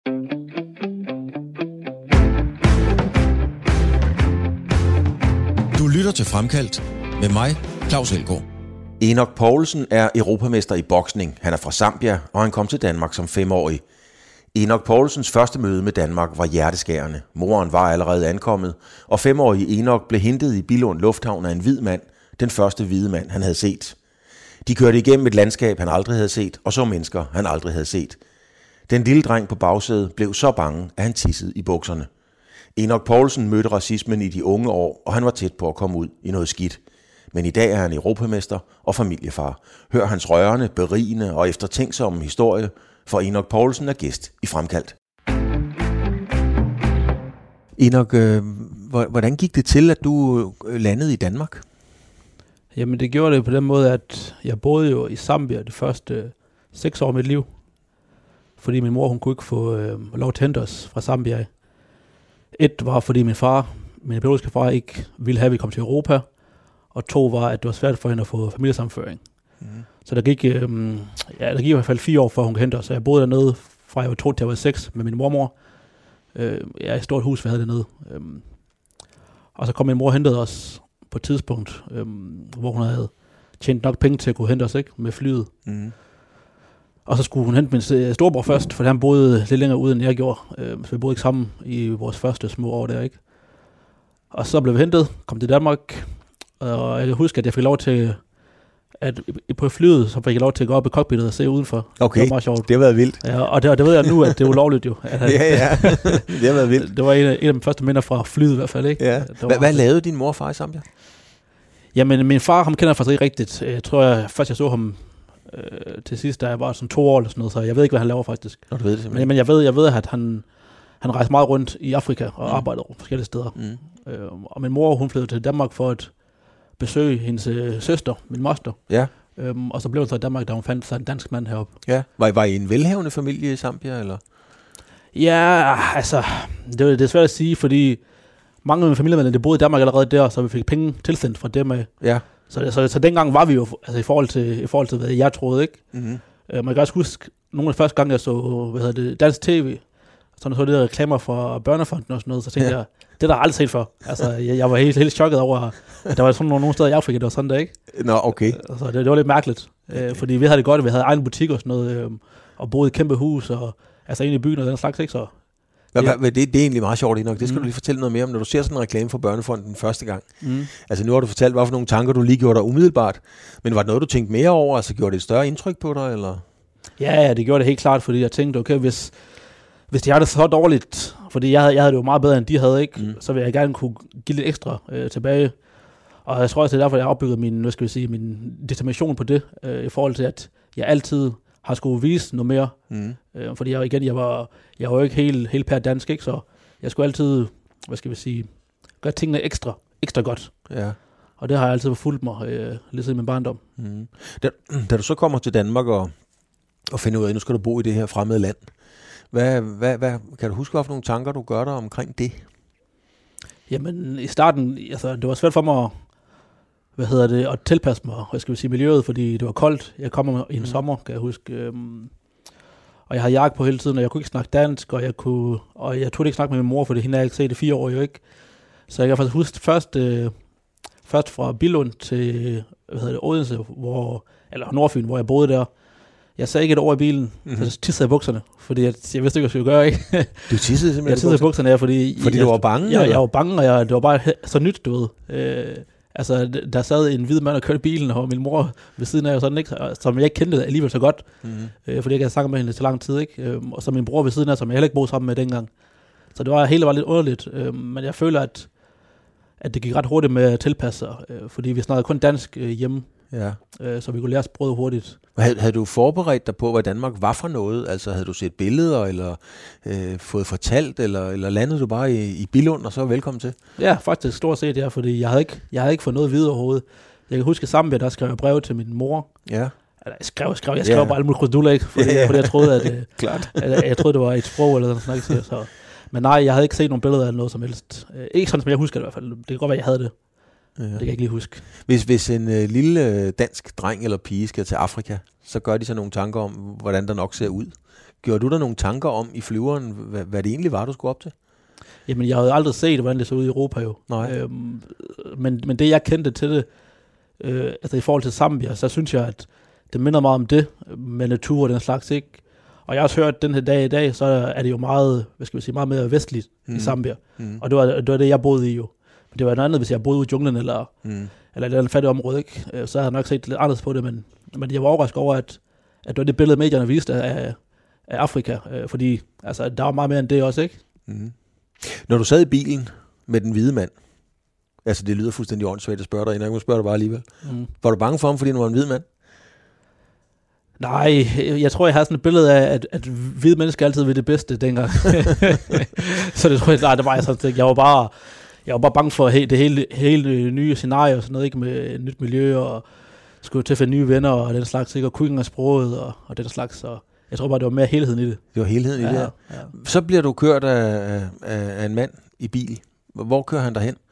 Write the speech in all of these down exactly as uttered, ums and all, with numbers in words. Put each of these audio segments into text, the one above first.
Du lytter til Fremkaldt med mig, Claus Elgaard. Enoch Poulsen er europamester i boksning. Han er fra Zambia, og han kom til Danmark som femårig. Enoch Poulsens første møde med Danmark var hjerteskærende. Moren var allerede ankommet, og femårige Enoch blev hentet i Billund Lufthavn af en hvid mand, den første hvide mand, han havde set. De kørte igennem et landskab, han aldrig havde set, og så mennesker, han aldrig havde set. Den lille dreng på bagsædet blev så bange, at han tissede i bukserne. Enoch Poulsen mødte racismen i de unge år, og han var tæt på at komme ud i noget skidt. Men i dag er han europamester og familiefar. Hør hans rørende, berigende og eftertænksomme historie, for Enoch Poulsen er gæst i Fremkaldt. Enoch, øh, hvordan gik det til, at du landede i Danmark? Jamen det gjorde det på den måde, at jeg boede jo i Zambia de første seks år af mit liv. Fordi min mor, hun kunne ikke få øh, lov til at hente os fra Zambia. Et var, fordi min far, min biologiske far, ikke ville have, at vi kom til Europa. Og to var, at det var svært for hende at få familiesammenføring. Mm. Så der gik, øh, ja, der gik i hvert fald fire år, før hun kunne hente os. Så jeg boede dernede fra jeg var to til jeg var seks med min mormor. Øh, ja, et stort hus, vi havde dernede. Øh, og så kom min mor og hentede os på et tidspunkt, øh, hvor hun havde tjent nok penge til at kunne hente os, ikke, med flyet. Mm. Og så skulle hun hente min storebror først, for han boede lidt længere ude, end jeg gjorde. Øh, så vi boede ikke sammen i vores første små år der, ikke? Og så blev vi hentet, kom til Danmark, og jeg kan huske, at jeg fik lov til, at på flyet, så fik jeg lov til at gå op i cockpittet og se udenfor. Okay, det var meget sjovt. Det har været vildt. Ja, og det, og det ved jeg nu, at det er ulovligt jo. At, ja, ja, det har været vildt. Det var en af, en af de første minder fra flyet i hvert fald, ikke? Ja. Hvad, hvad lavede din mor og far i Zambia? Jamen, min far, ham kender jeg faktisk ikke rigtigt. Jeg tror, jeg, først jeg så ham øh, til sidst, da jeg var sådan to år eller sådan noget, så jeg ved ikke, hvad han laver faktisk. Nå, du ved det men, men jeg ved, jeg ved, at han, han rejste meget rundt i Afrika og mm. arbejdede forskellige steder. Mm. Øh, og min mor, hun flyttede til Danmark for at besøge hendes øh, søster, min moster. Ja. Øhm, og så blev hun så i Danmark, da hun fandt sig en dansk mand heroppe. Ja. Var I, var I en velhavende familie i Zambia, eller? Ja, altså, det, det er svært at sige, fordi mange af mine familiemedlemmer, de boede i Danmark allerede der, så vi fik penge tilsendt fra dem af. Ja. Så, så, så dengang var vi jo, altså i forhold til, i forhold til hvad jeg troede, ikke? Mm-hmm. Øh, man kan også huske, nogle af de første gange, jeg så, hvad hedder det, dansk tv, så jeg så det der reklamer fra Børnefonden og sådan noget, så tænkte ja. jeg, det der har jeg aldrig set før. Altså, jeg, jeg var helt, helt chokket over, at der var sådan nogle, nogle steder i Afrika, det var sådan der, ikke? Nå, okay. Altså, det, det var lidt mærkeligt, okay. øh, fordi vi havde det godt, vi havde egen butik og sådan noget, øh, og boede i et kæmpe hus, og altså inde i byen og den slags, ikke? Så Hva, ja. det, det er egentlig meget sjovt, Enoch. Det skal mm. du lige fortælle noget mere om, når du ser sådan en reklame fra Børnefonden første gang. Mm. Altså nu har du fortalt, hvad for nogle tanker du lige gjorde dig umiddelbart, men var det noget, du tænkte mere over? Altså gjorde det et større indtryk på dig, eller? Ja, ja, det gjorde det helt klart, fordi jeg tænkte, okay, hvis, hvis de har det så dårligt, fordi jeg havde, jeg havde det jo meget bedre, end de havde, ikke, mm. så ville jeg gerne kunne give lidt ekstra øh, tilbage. Og jeg tror også, det er derfor, jeg har opbygget min, hvad skal vi sige, min determination på det, øh, i forhold til, at jeg altid har skulle vise noget mere. Mm. Øh, fordi jeg, igen, jeg var, jeg var jo ikke helt, helt per dansk, ikke, så jeg skulle altid, hvad skal vi sige, gøre tingene ekstra, ekstra godt. Ja. Og det har jeg altid fulgt mig, øh, lige siden min barndom. Mm. Da, da du så kommer til Danmark og, og finder ud af, at nu skal du bo i det her fremmede land, hvad, hvad, hvad, kan du huske, hvad for nogle tanker, du gør dig omkring det? Jamen, i starten, altså, det var svært for mig at, hvad hedder det, at tilpasse mig, hvad skal vi sige, miljøet, fordi det var koldt. Jeg kommer i en mm. sommer, kan jeg huske, øhm, og jeg havde jakke på hele tiden, og jeg kunne ikke snakke dansk, og jeg kunne, og jeg turde ikke snakke med min mor, fordi hende havde ikke set det fire år, jo ikke. Så jeg kan faktisk huske først, øh, først fra Billund til, hvad hedder det, Odense, hvor, eller Nordfyn, hvor jeg boede der. Jeg sagde ikke et ord i bilen, mm-hmm. så tissede jeg i bukserne, fordi jeg, jeg vidste ikke, hvad jeg skulle gøre, ikke? Du tissede simpelthen jeg tissede i bukserne, ja, fordi... Fordi jeg, du var bange? Ja, jeg, jeg var bange, og jeg, det var bare så nyt, du ved. Øh, altså, der sad en hvid mand og kørte bilen, og min mor ved siden af, og sådan, ikke? Som jeg ikke kendte alligevel så godt, mm-hmm. øh, fordi jeg ikke havde snakket med hende til lang tid, ikke? Øh, og så min bror ved siden af, som jeg heller ikke boede sammen med dengang. Så det var hele var lidt underligt, øh, men jeg føler, at, at det gik ret hurtigt med at tilpasse sig, øh, fordi vi snakkede kun dansk øh, hjemme. Ja. Øh, så vi kunne lære sproget hurtigt. Havde, havde du forberedt dig på, hvad Danmark var for noget? Altså havde du set billeder, eller øh, fået fortalt, eller, eller landede du bare i, i Billund, og så velkommen til? Ja, faktisk stort set, ja, fordi jeg havde ikke, jeg havde ikke fået noget at vide overhovedet. Jeg kan huske, at sammen med der skrev jeg brev til min mor. Ja. Eller jeg skrev, skrev, jeg skrev ja. bare alle mulige krydduller, ikke? Fordi, ja. fordi jeg troede, at, Klart. at jeg troede, det var et sprog, eller sådan noget. Så. Men nej, jeg havde ikke set nogen billeder af noget som helst. Ikke sådan, som jeg husker det i hvert fald. Det kan godt være, jeg havde det. Ja. Det kan jeg ikke lige huske. Hvis, hvis en øh, lille dansk dreng eller pige skal til Afrika, så gør de så nogle tanker om, hvordan der nok ser ud. Gjorde du der nogle tanker om i flyveren, hvad, hvad det egentlig var, du skulle op til? Jamen, jeg havde aldrig set, hvordan det så ud i Europa jo. Nej. Øhm, men, men det, jeg kendte til det, øh, altså i forhold til Zambia, så synes jeg, at det minder meget om det, med natur og den slags, ikke? Og jeg har også hørt, at den her dag i dag, så er det jo meget, hvad skal vi sige, meget mere vestligt mm. i Zambia. Mm. Og det var, det var det, jeg boede i jo. Men det var noget andet, hvis jeg boede ude i junglen, eller, mm. eller et eller andet fattigt område, ikke? Så havde jeg nok set lidt anderledes på det, men, men jeg var overrasket over, at, at det var det billede, medierne viste af, af Afrika. Fordi altså, der var meget mere end det også, ikke? Mm. Når du sad i bilen med den hvide mand, altså det lyder fuldstændig åndssvagt at spørge dig, inden jeg må spørge dig bare alligevel. Mm. Var du bange for ham, fordi han var en hvid mand? Nej, jeg tror, jeg har sådan et billede af, at, at hvide mennesker altid vil det bedste dengang. Så det tror jeg, nej, det var jeg sådan ikke. Jeg var bare, jeg var bare bange for det hele, hele nye scenarie og sådan noget, ikke, med et nyt miljø, og skulle til at finde nye venner og den slags, ikke, og kunne ikke engang sproget og, og den slags, så jeg tror bare, det var mere helheden i det. Det var helheden i ja, det her. Ja. Så bliver du kørt af, af, af en mand i bil. Hvor kører han derhen?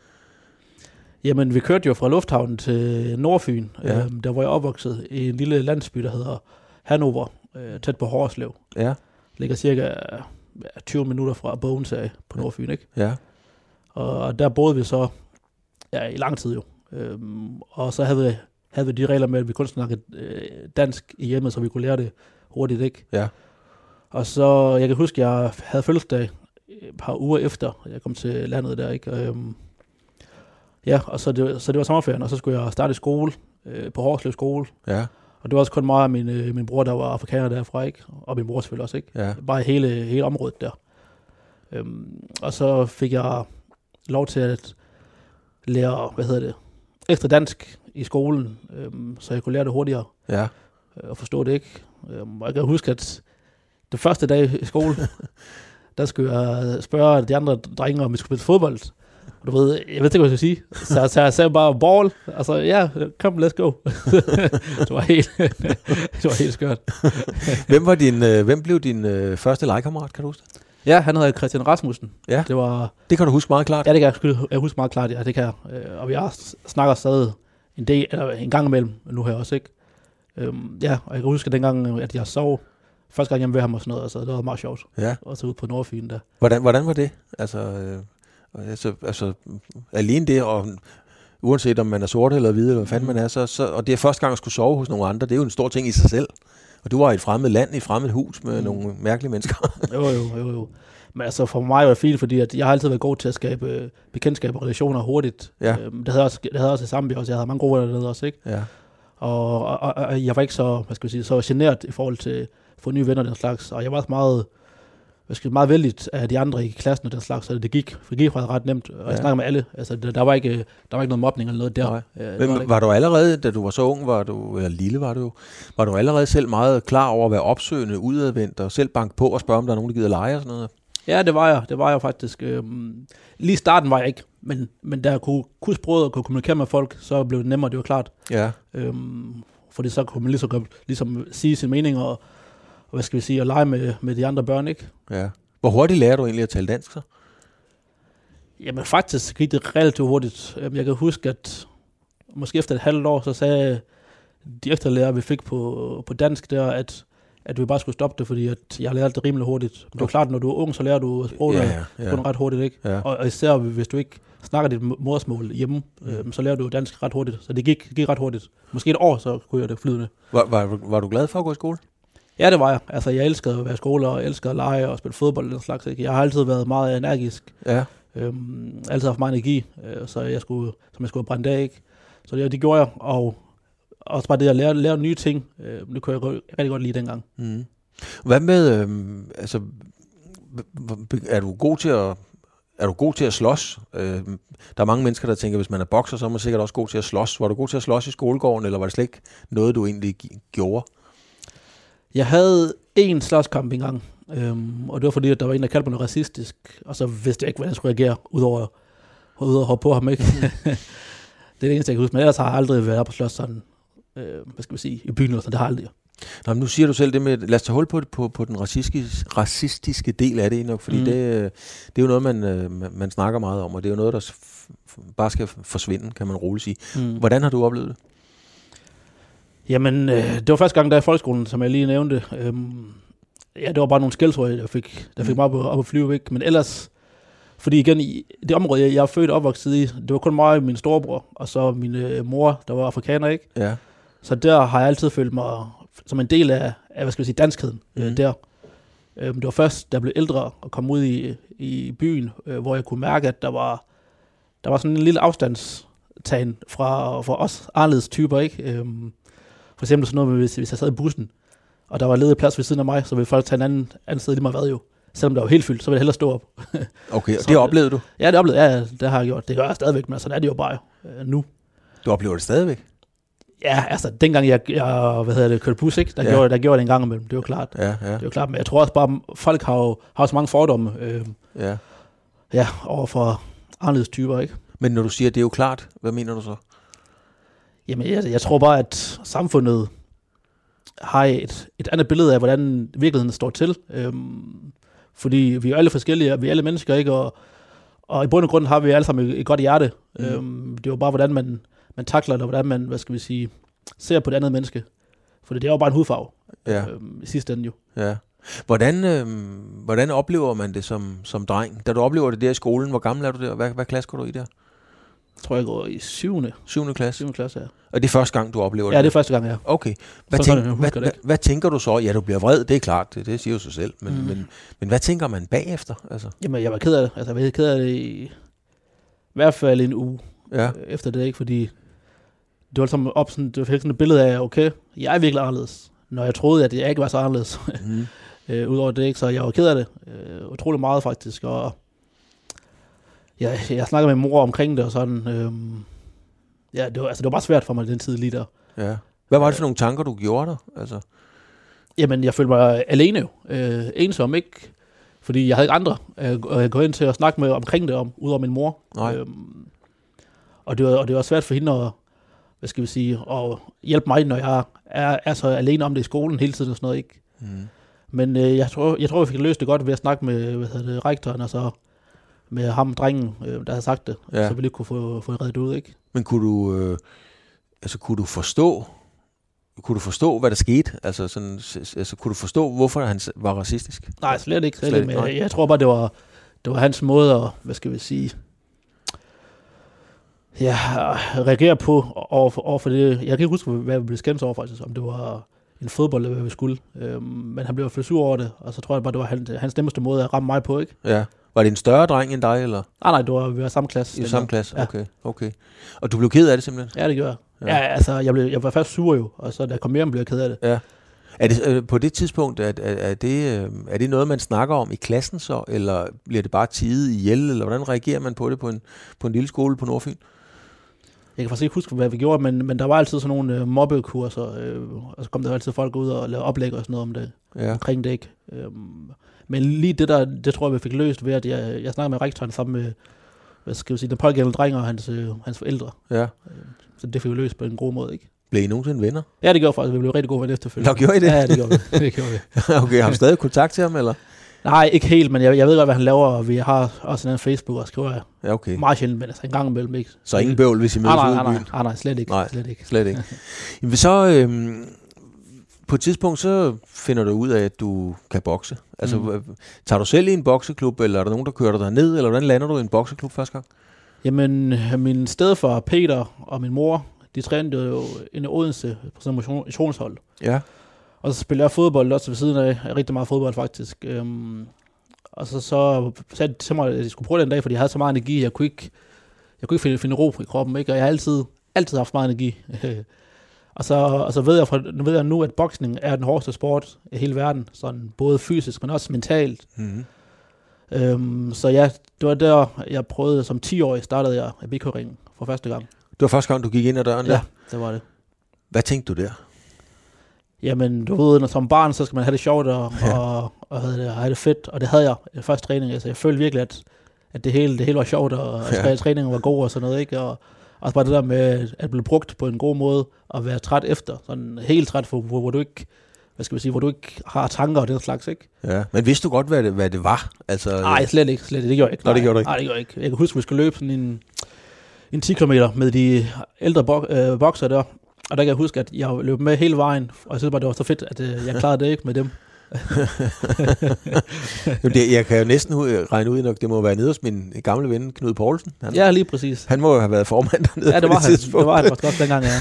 Jamen, vi kørte jo fra lufthavnen til Nordfyn, ja. øhm, der var jeg opvokset i en lille landsby, der hedder Hannover, øh, tæt på Hårslev. Ja. Ligger cirka tyve minutter fra Bogense på Nordfyn, ikke? Ja. Og der boede vi så ja, i lang tid jo. Øhm, og så havde vi, havde vi de regler med, at vi kun snakkede øh, dansk i hjemmet, så vi kunne lære det hurtigt, ikke? Ja. Og så, jeg kan huske, jeg havde fødselsdag et par uger efter, jeg kom til landet der, ikke? Øhm, ja, og så det, så det var sommerferien, og så skulle jeg starte i skole, øh, på Hårslev skole. Ja. Og det var også kun mig og min, øh, min bror, der var afrikaner derfra, ikke? Og min bror selvfølgelig også, ikke? Ja. Bare hele, hele området der. Øhm, og så fik jeg lov til at lære, hvad hedder det, ekstra dansk i skolen, øhm, så jeg kunne lære det hurtigere. Ja. Øh, og forstå det, ikke? Øhm, og jeg kan huske, at det første dag i skole, der skulle jeg spørge de andre drenge, om vi skulle spille fodbold. Og du ved, jeg ved ikke, hvad jeg skulle sige. Så, så jeg sagde bare, ball. Altså, ja, kom, let's go. det var helt, det var helt skørt. hvem, var din, øh, hvem blev din øh, første legekammerat, kan du huske det? Ja, han hedder Christian Rasmussen. Ja, det, var, det kan du huske meget klart. Ja, det kan jeg, jeg huske meget klart, ja, det kan jeg. Og vi har snakker stadig en, del, eller en gang imellem nu her også, ikke? Øhm, ja, og jeg kan huske dengang, at jeg sov første gang hjemme ved ham og sådan noget, altså det var meget sjovt. Ja. Og så ud på Nordfyn der. Hvordan, hvordan var det? Altså... Øh Altså, altså alene det, og uanset om man er sort eller hvid, eller hvad fanden man er, så, så, og det er første gang at skulle sove hos nogle andre, det er jo en stor ting i sig selv. Og du var i et fremmed land, i et fremmed hus med mm. nogle mærkelige mennesker. jo, jo, jo, jo. Men altså for mig var det fint, fordi at jeg har altid været god til at skabe bekendtskab og relationer hurtigt. Ja. Øhm, det havde også, det havde også i Zambia også. Jeg havde mange gode dernede også, ikke? Ja. Og, og, og, og jeg var ikke så, hvad skal jeg sige, så genert i forhold til at få nye venner og den slags. Og jeg var også meget... Jeg skal meget vældigt af de andre i klassen og den slags, så det gik, det gik ret nemt, og ja. Jeg snakker med alle. Altså, der, der, var ikke, der var ikke noget mobning eller noget der. Ja, Men var, var du allerede, da du var så ung, var du, eller lille var du jo, var du allerede selv meget klar over at være opsøgende, udadvendt, og selv banke på og spørge, om der er nogen, der gider lege og sådan noget? Ja, det var jeg. Det var jeg faktisk. Øhm, lige i starten var jeg ikke, men, men da jeg kunne, kunne sproget og kunne kommunikere med folk, så blev det nemmere, det var klart. Ja. Øhm, fordi så kunne man ligesom, ligesom sige sin mening og og hvad skal vi sige, at lege med, med de andre børn, ikke? Ja. Hvor hurtigt lærer du egentlig at tale dansk så? Jamen faktisk gik det relativt hurtigt. Jeg kan huske, at måske efter et halvt år, så sagde de ekstra lærere, vi fik på, på dansk der, at, at vi bare skulle stoppe det, fordi at jeg lærte det rimelig hurtigt. Men det er klart, når du er ung, så lærer du sproget ja, ja, ja. ret hurtigt, ikke? Ja. Og, og især hvis du ikke snakker dit modersmål hjemme, mm. øh, så lærer du dansk ret hurtigt. Så det gik, gik ret hurtigt. Måske et år, så kunne jeg det flydende. Var, var, var du glad for at gå i skole? Ja, det var jeg. Altså, jeg elskede at være i skole, og elskede at lege og spille fodbold og den slags. Ikke? Jeg har altid været meget energisk. Ja. Øhm, altid haft meget energi, øh, så jeg skulle, som jeg skulle brænde af, ikke? Så det, det gjorde jeg, og også bare det at lære, lære nye ting, øh, det kunne jeg rigtig godt lide dengang. Mm. Hvad med, øh, altså, er du god til at, er du god til at slås? Øh, der er mange mennesker, der tænker, hvis man er bokser, så er man sikkert også god til at slås. Var du god til at slås i skolegården, eller var det slet ikke noget, du egentlig gjorde? Jeg havde én slåskamp engang, øhm, og det var fordi, at der var en, der kaldte mig noget racistisk, og så vidste jeg ikke, hvordan jeg skulle reagere, udover, udover at hoppe på ham, ikke? det er det eneste, jeg kan huske, men ellers har jeg aldrig været på slås sådan, øh, hvad skal man sige, i byen, og sådan, det har jeg aldrig. Nå, men nu siger du selv det med, lad os tage hul på, på, på den racistiske, racistiske del af det nok, fordi mm. det, det er jo noget, man, man snakker meget om, og det er jo noget, der f- bare skal forsvinde, kan man roligt sige. Mm. Hvordan har du oplevet det? Jamen, øh, det var første gang, der i folkeskolen, som jeg lige nævnte. Øhm, Ja, det var bare nogle skældsord, der fik, der fik mig op, op at flyve væk. Men ellers, fordi igen, i det område, jeg, jeg er født og opvokset i, det var kun mig og min storebror, og så min øh, mor, der var afrikaner, ikke? Ja. Så der har jeg altid følt mig som en del af, af hvad skal vi sige, danskheden mm. øh, der. Øh, det var først, da jeg blev ældre og kom ud i, i byen, øh, hvor jeg kunne mærke, at der var, der var sådan en lille afstandstagen fra, fra os anderledes typer, ikke? Øh, for eksempel sådan noget med, hvis, hvis jeg sad i bussen, og der var ledig plads ved siden af mig, så ville folk tage en anden, anden sted lige meget hvad jo. Selvom der var helt fyldt, så ville jeg hellere stå op. Okay, og så, det oplevede du? Ja, det oplevede jeg. Ja, det har jeg gjort. Det gør jeg stadigvæk, men sådan er det jo bare øh, nu. Du oplever det stadigvæk? Ja, altså dengang jeg, jeg hvad hedder det, kørte bus, ikke? Der, ja. gjorde, der gjorde det en gang imellem. Det var klart. Ja, ja. Det var klart, men jeg tror også bare, folk har jo har så mange fordomme øh, ja. Ja, over for anderledes typer, ikke? Men når du siger, det er jo klart, hvad mener du så? Jamen, jeg, jeg tror bare, at samfundet har et, et andet billede af, hvordan virkeligheden står til. Øhm, fordi vi er jo alle forskellige, og vi er alle mennesker, ikke? Og, og i bund og grund har vi alle sammen et, et godt hjerte. Mm. Øhm, det er jo bare, hvordan man, man takler det, og hvordan man, hvad skal vi sige, ser på det andet menneske. For det er jo bare en hudfarve, ja. øhm, i sidste ende jo. Ja. Hvordan, øhm, hvordan oplever man det som, som dreng? Da du oplever det der i skolen, hvor gammel er du der? Hvad, hvad klasse går du i der? Jeg tror, jeg går i syvende. Syvende klasse? Syvende klasse, ja. Og det er første gang, du oplever det? Ja, det er første gang, ja. Okay. Hvad, så, tænk, så, hvad, hvad, hvad tænker du så? Ja, du bliver vred, det er klart, det, det siger jo sig selv. Men, mm. men, men hvad tænker man bagefter? Altså? Jamen, jeg var ked af det. Altså, jeg var ked af det i, i hvert fald en uge ja. efter det, ikke? Fordi det var sådan op sådan, det fik sådan et billede af, okay, jeg er virkelig anderledes, når jeg troede, at jeg ikke var så anderledes. Mm. øh, Udover det, ikke? Så jeg var ked af det. Øh, utrolig meget, faktisk. Og jeg, jeg snakkede med min mor omkring det, og sådan. Øh, ja, det var, altså, det var bare svært for mig den tid lige der. Ja. Hvad var det for nogle tanker, du gjorde der? Altså? Jamen, jeg følte mig alene jo. Øh, ensom, ikke? Fordi jeg havde ikke andre at gå ind til at snakke med omkring det, om, udover min mor. Øh, og, det var, og det var svært for hende at, hvad skal vi sige, at hjælpe mig, når jeg er, er så alene om det i skolen hele tiden og sådan noget, ikke? Mm. Men øh, jeg tror, jeg tror, jeg fik løst det godt ved at snakke med, hvad hedder det, rektoren, og så med ham, drengen, øh, der havde sagt det, ja. Så vi lige kunne få, få det reddet ud, ikke? Men kunne du, øh, altså kunne du forstå, kunne du forstå, hvad der skete? Altså, sådan, altså kunne du forstå, hvorfor han var racistisk? Nej, slet ikke. Slet, slet ikke. Men jeg, jeg tror bare, det var, det var hans måde at, hvad skal vi sige, ja, reagere på over for, over for det. Jeg kan ikke huske, hvad vi blev skændt over, faktisk, om det var en fodbold, eller hvad vi skulle. Øhm, men han blev i hvert fald sur over det, og så tror jeg bare, det var hans, hans nemmeste måde at ramme mig på, ikke? Ja. Var det en større dreng end dig, eller? Nej, nej, det var, vi var samme klasse. I samme klasse, ja. okay, okay. Og du blev ked af det simpelthen? Ja, det gjorde jeg. Ja, ja altså, jeg, blev, jeg var først sur jo, og så da jeg kom hjem, blev jeg ked af det. Ja. Er det øh, på det tidspunkt, er, er, er, det, øh, er det noget, man snakker om i klassen så, eller bliver det bare tidet ihjel, eller hvordan reagerer man på det på en, på en lille skole på Nordfyn? Jeg kan faktisk ikke huske, hvad vi gjorde, men, men der var altid sådan nogle øh, mobbekurser, øh, og så kom der altid folk ud og lavede oplæg og sådan noget om det, ja. Omkring det, ikke? Øhm, men lige det der, det tror jeg, vi fik løst ved, at jeg, jeg snakkede med rektoren sammen med, hvad skal jeg sige, den pågældende dreng og hans, øh, hans forældre. Ja. Så det fik vi løst på en god måde, ikke? Blev I nogensinde venner? Ja, det gjorde faktisk. Vi blev rigtig gode venner efterfølgende. Nå, gjorde I det? Ja, det gjorde vi. Det gjorde vi. Okay, har du stadig kontakt til ham, eller? Nej, ikke helt, men jeg, jeg ved godt, hvad han laver, og vi har også en Facebook, og skriver jeg ja, okay. meget sjældent, men altså en gang imellem, ikke? Så ingen bøvl, hvis I mødes nej, ude nej, i byen? Nej, nej, nej, slet ikke. Nej, slet ikke. Slet ikke. Jamen, så, øhm, på et tidspunkt, så finder du ud af, at du kan bokse. Altså, mm. tager du selv i en bokseklub, eller er der nogen, der kører dig ned, eller hvordan lander du i en bokseklub første gang? Jamen, min stedfar Peter og min mor, de trænede jo inde i Odense på sådan en motionshold. Ja. Og så spiller jeg fodbold også ved siden af. Jeg er rigtig meget fodbold, faktisk. Øhm, og så, så sagde de til mig, at jeg skulle prøve den dag, fordi jeg havde så meget energi. Jeg kunne ikke, jeg kunne ikke finde, finde ro i kroppen, ikke? Og jeg har altid, altid haft meget energi. og, så, og så ved jeg, fra, nu ved jeg nu, at boksning er den hårdeste sport i hele verden. Sådan både fysisk, men også mentalt. Mm-hmm. Øhm, så ja, det var der, jeg prøvede som ti-årig, startede jeg i B K-ringen for første gang. Det var første gang, du gik ind ad døren der? Ja, det var det. Hvad tænkte du der? Jamen, du ved, når som barn, så skal man have det sjovt og, ja. og, og have, det, have det fedt, og det havde jeg i første træning. Altså, jeg følte virkelig, at, at det, hele, det hele var sjovt, og ja. Træningen var god og sådan noget, ikke? Og også bare det der med at blive brugt på en god måde, og være træt efter, sådan helt træt, for, hvor, hvor du ikke, hvad skal vi sige, hvor du ikke har tanker og den slags, ikke? Ja, men vidste du godt, hvad det, hvad det var? Altså, nej, slet ikke, slet ikke, det gjorde jeg ikke. Nej, det gjorde du ikke? Nej, det gjorde jeg ikke. Jeg kan huske, at vi skulle løbe sådan en, en ti kilometer med de ældre bok, øh, bokser der. Og der kan jeg huske, at jeg løb med hele vejen, og jeg synes bare, det var så fedt, at øh, jeg klarede det ikke med dem. det, jeg kan jo næsten regne ud nok, det må være nede hos min gamle ven, Knud Poulsen. Han, ja, lige præcis. Han må jo have været formand dernede. Ja, det var han. Det var han faktisk også dengang,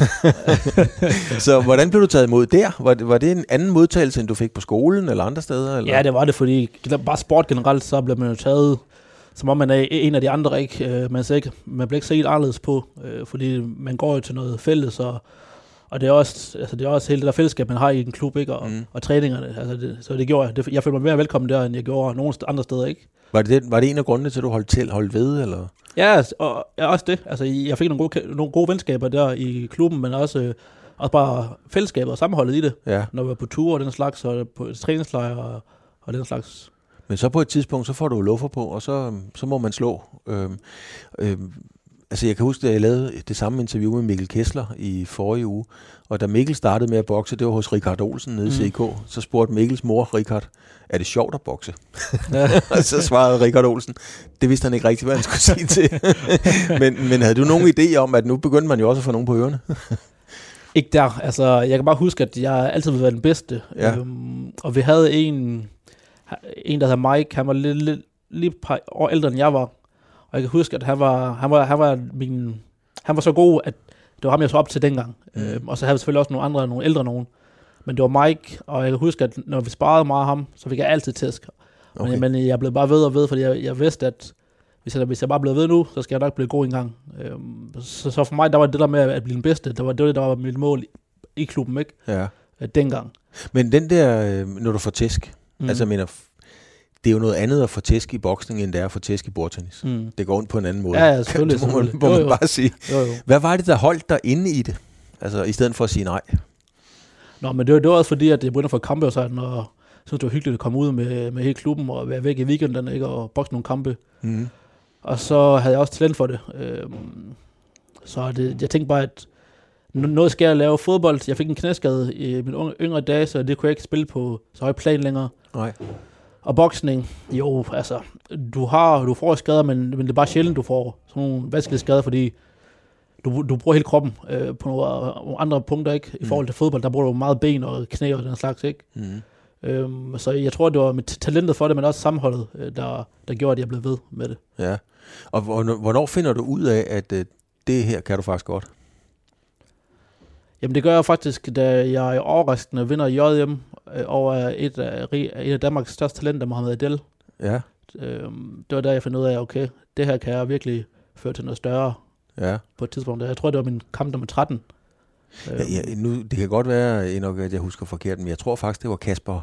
ja. Så hvordan blev du taget imod der? Var det, var det en anden modtagelse, end du fik på skolen eller andre steder? Eller? Ja, det var det, fordi bare sport generelt, så blev man jo taget, som om man er en af de andre, ikke? Man, ikke, man bliver ikke set anderledes på, fordi man går jo til noget fælles, og Og det er også, altså det er også hele det der fællesskab, man har i en klub, ikke? Og, mm. og træningerne. Altså det, så det gjorde jeg. Det, jeg følte mig mere velkommen der, end jeg gjorde nogen andre steder, ikke? Var det, det, var det en af grundene til, at du holdt til, holdt ved, eller? Ja, og ja, også det. Altså jeg fik nogle gode, nogle gode venskaber der i klubben, men også, også bare fællesskabet og sammenholdet i det. Ja. Når vi var på tur og den slags, og på træningslejre og, og den slags. Men så på et tidspunkt, så får du luffer på, og så, så må man slå. Øhm, øhm, Altså jeg kan huske, at jeg lavede det samme interview med Mikkel Kessler i forrige uge, og da Mikkel startede med at bokse, det var hos Richard Olsen nede i mm. C K, så spurgte Mikkels mor, Richard, er det sjovt at bokse? Ja. Og så svarede Richard Olsen, det vidste han ikke rigtigt, hvad han skulle sige til. men, men havde du nogen idé om, at nu begyndte man jo også at få nogen på ørerne? Ikke der. Altså jeg kan bare huske, at jeg altid ville være den bedste. Ja. Øhm, og vi havde en, en der hedder Mike, han var lidt, lidt, lige et par år ældre, end jeg var. Og jeg kan huske, at han var, han var, han var, min, han var så god, at det var ham, jeg så op til dengang. Mm. Øhm, og så havde vi selvfølgelig også nogle andre, nogle ældre nogen. Men det var Mike, og jeg kan huske, at når vi sparede meget af ham, så fik jeg altid tæsk. Okay. Men, men jeg blev bare ved og ved, fordi jeg, jeg vidste, at hvis jeg, hvis jeg bare blev ved nu, så skal jeg nok blive god engang. Øhm, så, så for mig, der var det der med at blive den bedste, det var det, der var mit mål i, i klubben, ikke? Ja. Øh, dengang. Men den der, når du får tæsk, mm. altså jeg mener, det er jo noget andet at få tæsk i boksning, end det er at få tæsk i bordtennis. Mm. Det går ondt på en anden måde. Ja, ja, selvfølgelig. Det må man, må man bare sige. Jo, jo. Hvad var det, der holdt dig inde i det? Altså, i stedet for at sige nej? Nå, men det var, det var også fordi, at jeg begyndte at få kampe, og så når jeg synes, det var hyggeligt at komme ud med, med hele klubben, og være væk i weekenden, ikke, og bokse nogle kampe. Mm. Og så havde jeg også talent for det. Øhm, så det, jeg tænkte bare, at noget skal jeg lave fodbold. Jeg fik en knæskade i mine yngre dage, så det kunne jeg ikke spille på så høj plan længere. Nej. Og boksning, jo, altså, du har, du får skader, men, men det er bare sjældent, du får sådan nogle vanskelige skader, fordi du, du bruger hele kroppen øh, på nogle, nogle andre punkter, ikke? I mm. forhold til fodbold, der bruger du meget ben og knæ og den slags, ikke? Mm. Øhm, så jeg tror, det var mit talentet for det, men også sammenholdet, øh, der, der gjorde, at jeg blev ved med det. Ja, og hvornår finder du ud af, at øh, det her kan du faktisk godt? Jamen det gør jeg faktisk, da jeg er overraskende vinder J M øh, over et af, et af Danmarks største talenter, Mohamed Adel. Ja. Øhm, det var der, jeg fandt ud af, okay, det her kan jeg virkelig føre til noget større ja. På et tidspunkt. Jeg tror, det var min kamp nummer tretten. Ja, ja, nu, det kan godt være, nok, at jeg husker forkert, men jeg tror faktisk, det var Kasper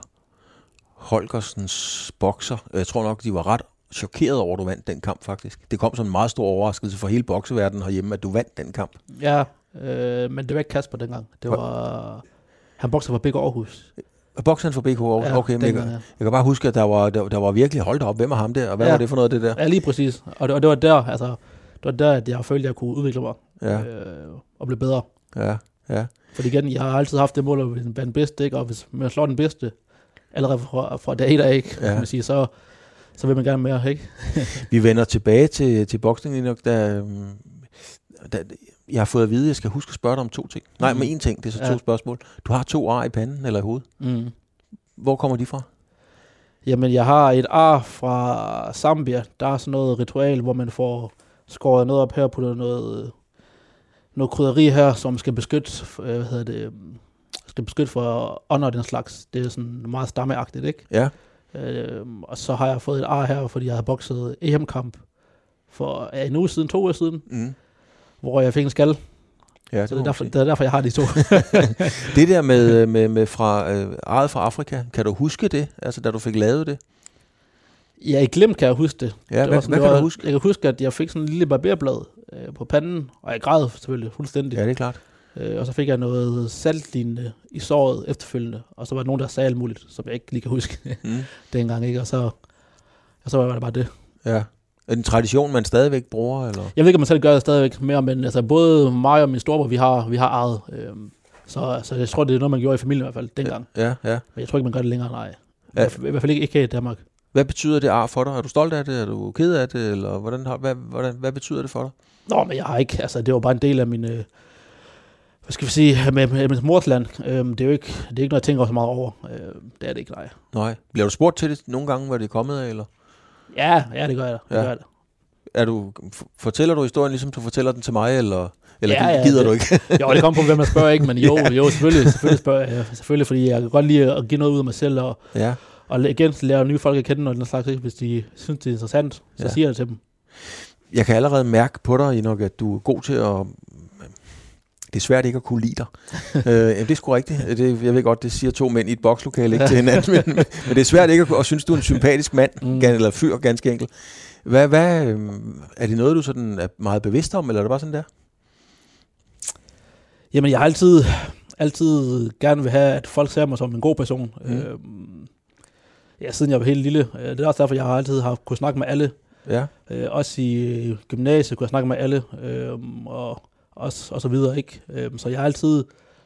Holgersens bokser. Jeg tror nok, de var ret chokeret over, at du vandt den kamp faktisk. Det kom som en meget stor overraskelse for hele bokseverdenen herhjemme, at du vandt den kamp. Ja, øh, men det var ikke Kasper dengang. Det var... Han bokser for B K Aarhus. Bokser han for B K Aarhus? Ja, okay, men dengang, jeg, ja. jeg kan bare huske, at der var, der, der var virkelig holdt op. Hvem var ham der, og hvad ja. Var det for noget, det der? Ja, lige præcis. Og det, og det var der, altså, det var der, at jeg følte, at jeg kunne udvikle mig ja. øh, og blive bedre. Ja, ja. For igen, jeg har altid haft det mål at være den bedste, ikke? Og hvis man slår den bedste, allerede fra, fra dag der, ikke? Ja. Kan man sige, så, så vil man gerne mere, ikke? Vi vender tilbage til, til boksningen, der, der jeg har fået at vide, at jeg skal huske at spørge dig om to ting. Nej, mm. men én ting, det er så ja. To spørgsmål. Du har to ar i panden eller i hovedet. Mm. Hvor kommer de fra? Jamen, jeg har et ar fra Zambia. Der er sådan noget ritual, hvor man får skåret noget op her på noget, noget krydderi her, som skal beskytte, hvad hedder det, skal beskytte for ånder og den slags. Det er sådan meget stammeagtigt, ikke? Ja. Øhm, og så har jeg fået et ar her, fordi jeg havde bokset E M-kamp for ja, en uge siden, to uger siden, mm. hvor jeg fik en skal. Ja, det, så det, er derfor, det er derfor, jeg har de to. Det der med, med, med fra, øh, arret fra Afrika, kan du huske det? Altså, da du fik lavet det? Ja, i glimt kan jeg huske det. Ja, det hvad, sådan, hvad kan var, du huske? Jeg kan huske, at jeg fik sådan en lille barberblad øh, på panden, og jeg græd selvfølgelig fuldstændig. Ja, det er klart. Øh, og så fik jeg noget saltlignende i såret efterfølgende, og så var der nogen, der sagde alt muligt, som jeg ikke lige kan huske mm. dengang, ikke? Og så, og så var det bare det. Ja. Er det en tradition, man stadigvæk bruger? Eller? Jeg ved ikke, om man selv gør det stadigvæk mere, men altså, både mig og min storebror, vi har, vi har ejet. Øhm, så, så jeg tror, det er noget, man gjorde i familien i hvert fald dengang. Ja, ja. Men jeg tror ikke, man gør det længere, nej. Ja. I hvert fald ikke, ikke i Danmark. Hvad betyder det ar for dig? Er du stolt af det? Er du ked af det? Eller hvordan har, hvad, hvordan, hvad betyder det for dig? Nå, men jeg har ikke. Altså, det var bare en del af min... Øh, hvad skal vi sige, med, med, med Mortland, øhm, det er jo ikke, det er ikke noget, jeg tænker så meget over. Øh, det er det ikke, nej. Nej. Bliver du spurgt til det nogle gange, hvor det er kommet af, eller? Ja, ja, det gør jeg da. Ja. Det gør jeg da. Er du, fortæller du historien, ligesom du fortæller den til mig, eller, eller Ja, ja, gider det, du ikke? Jo, det kommer på, hvem man spørger, ikke? Men jo, jo selvfølgelig, selvfølgelig spørger jeg. Selvfølgelig, fordi jeg kan godt lide at give noget ud af mig selv, og, Ja. og igen lære nye folk at kende, og den slags, ikke? Hvis de synes, det er interessant, så Ja. siger jeg det til dem. Jeg kan allerede mærke på dig, Enoch, at du er god til at... Det er svært ikke at kunne lide dig. øh, jamen, det er sgu rigtigt. Det, jeg ved godt, det siger to mænd i et bokslokale, ikke til hinanden, men, men, men det er svært ikke at, at synes, du er en sympatisk mand, mm. eller fyr, ganske enkelt. Hvad, hvad, er det noget, du sådan er meget bevidst om, eller er det bare sådan der? Jamen, jeg har altid, altid gerne vil have, at folk ser mig som en god person. Mm. Øh, ja, siden jeg var helt lille. Det er også derfor, jeg har altid har kunnet snakke med alle. Ja. Øh, også i gymnasiet kunne jeg snakke med alle, øh, og, også, og så videre, ikke? Øh, så jeg har altid,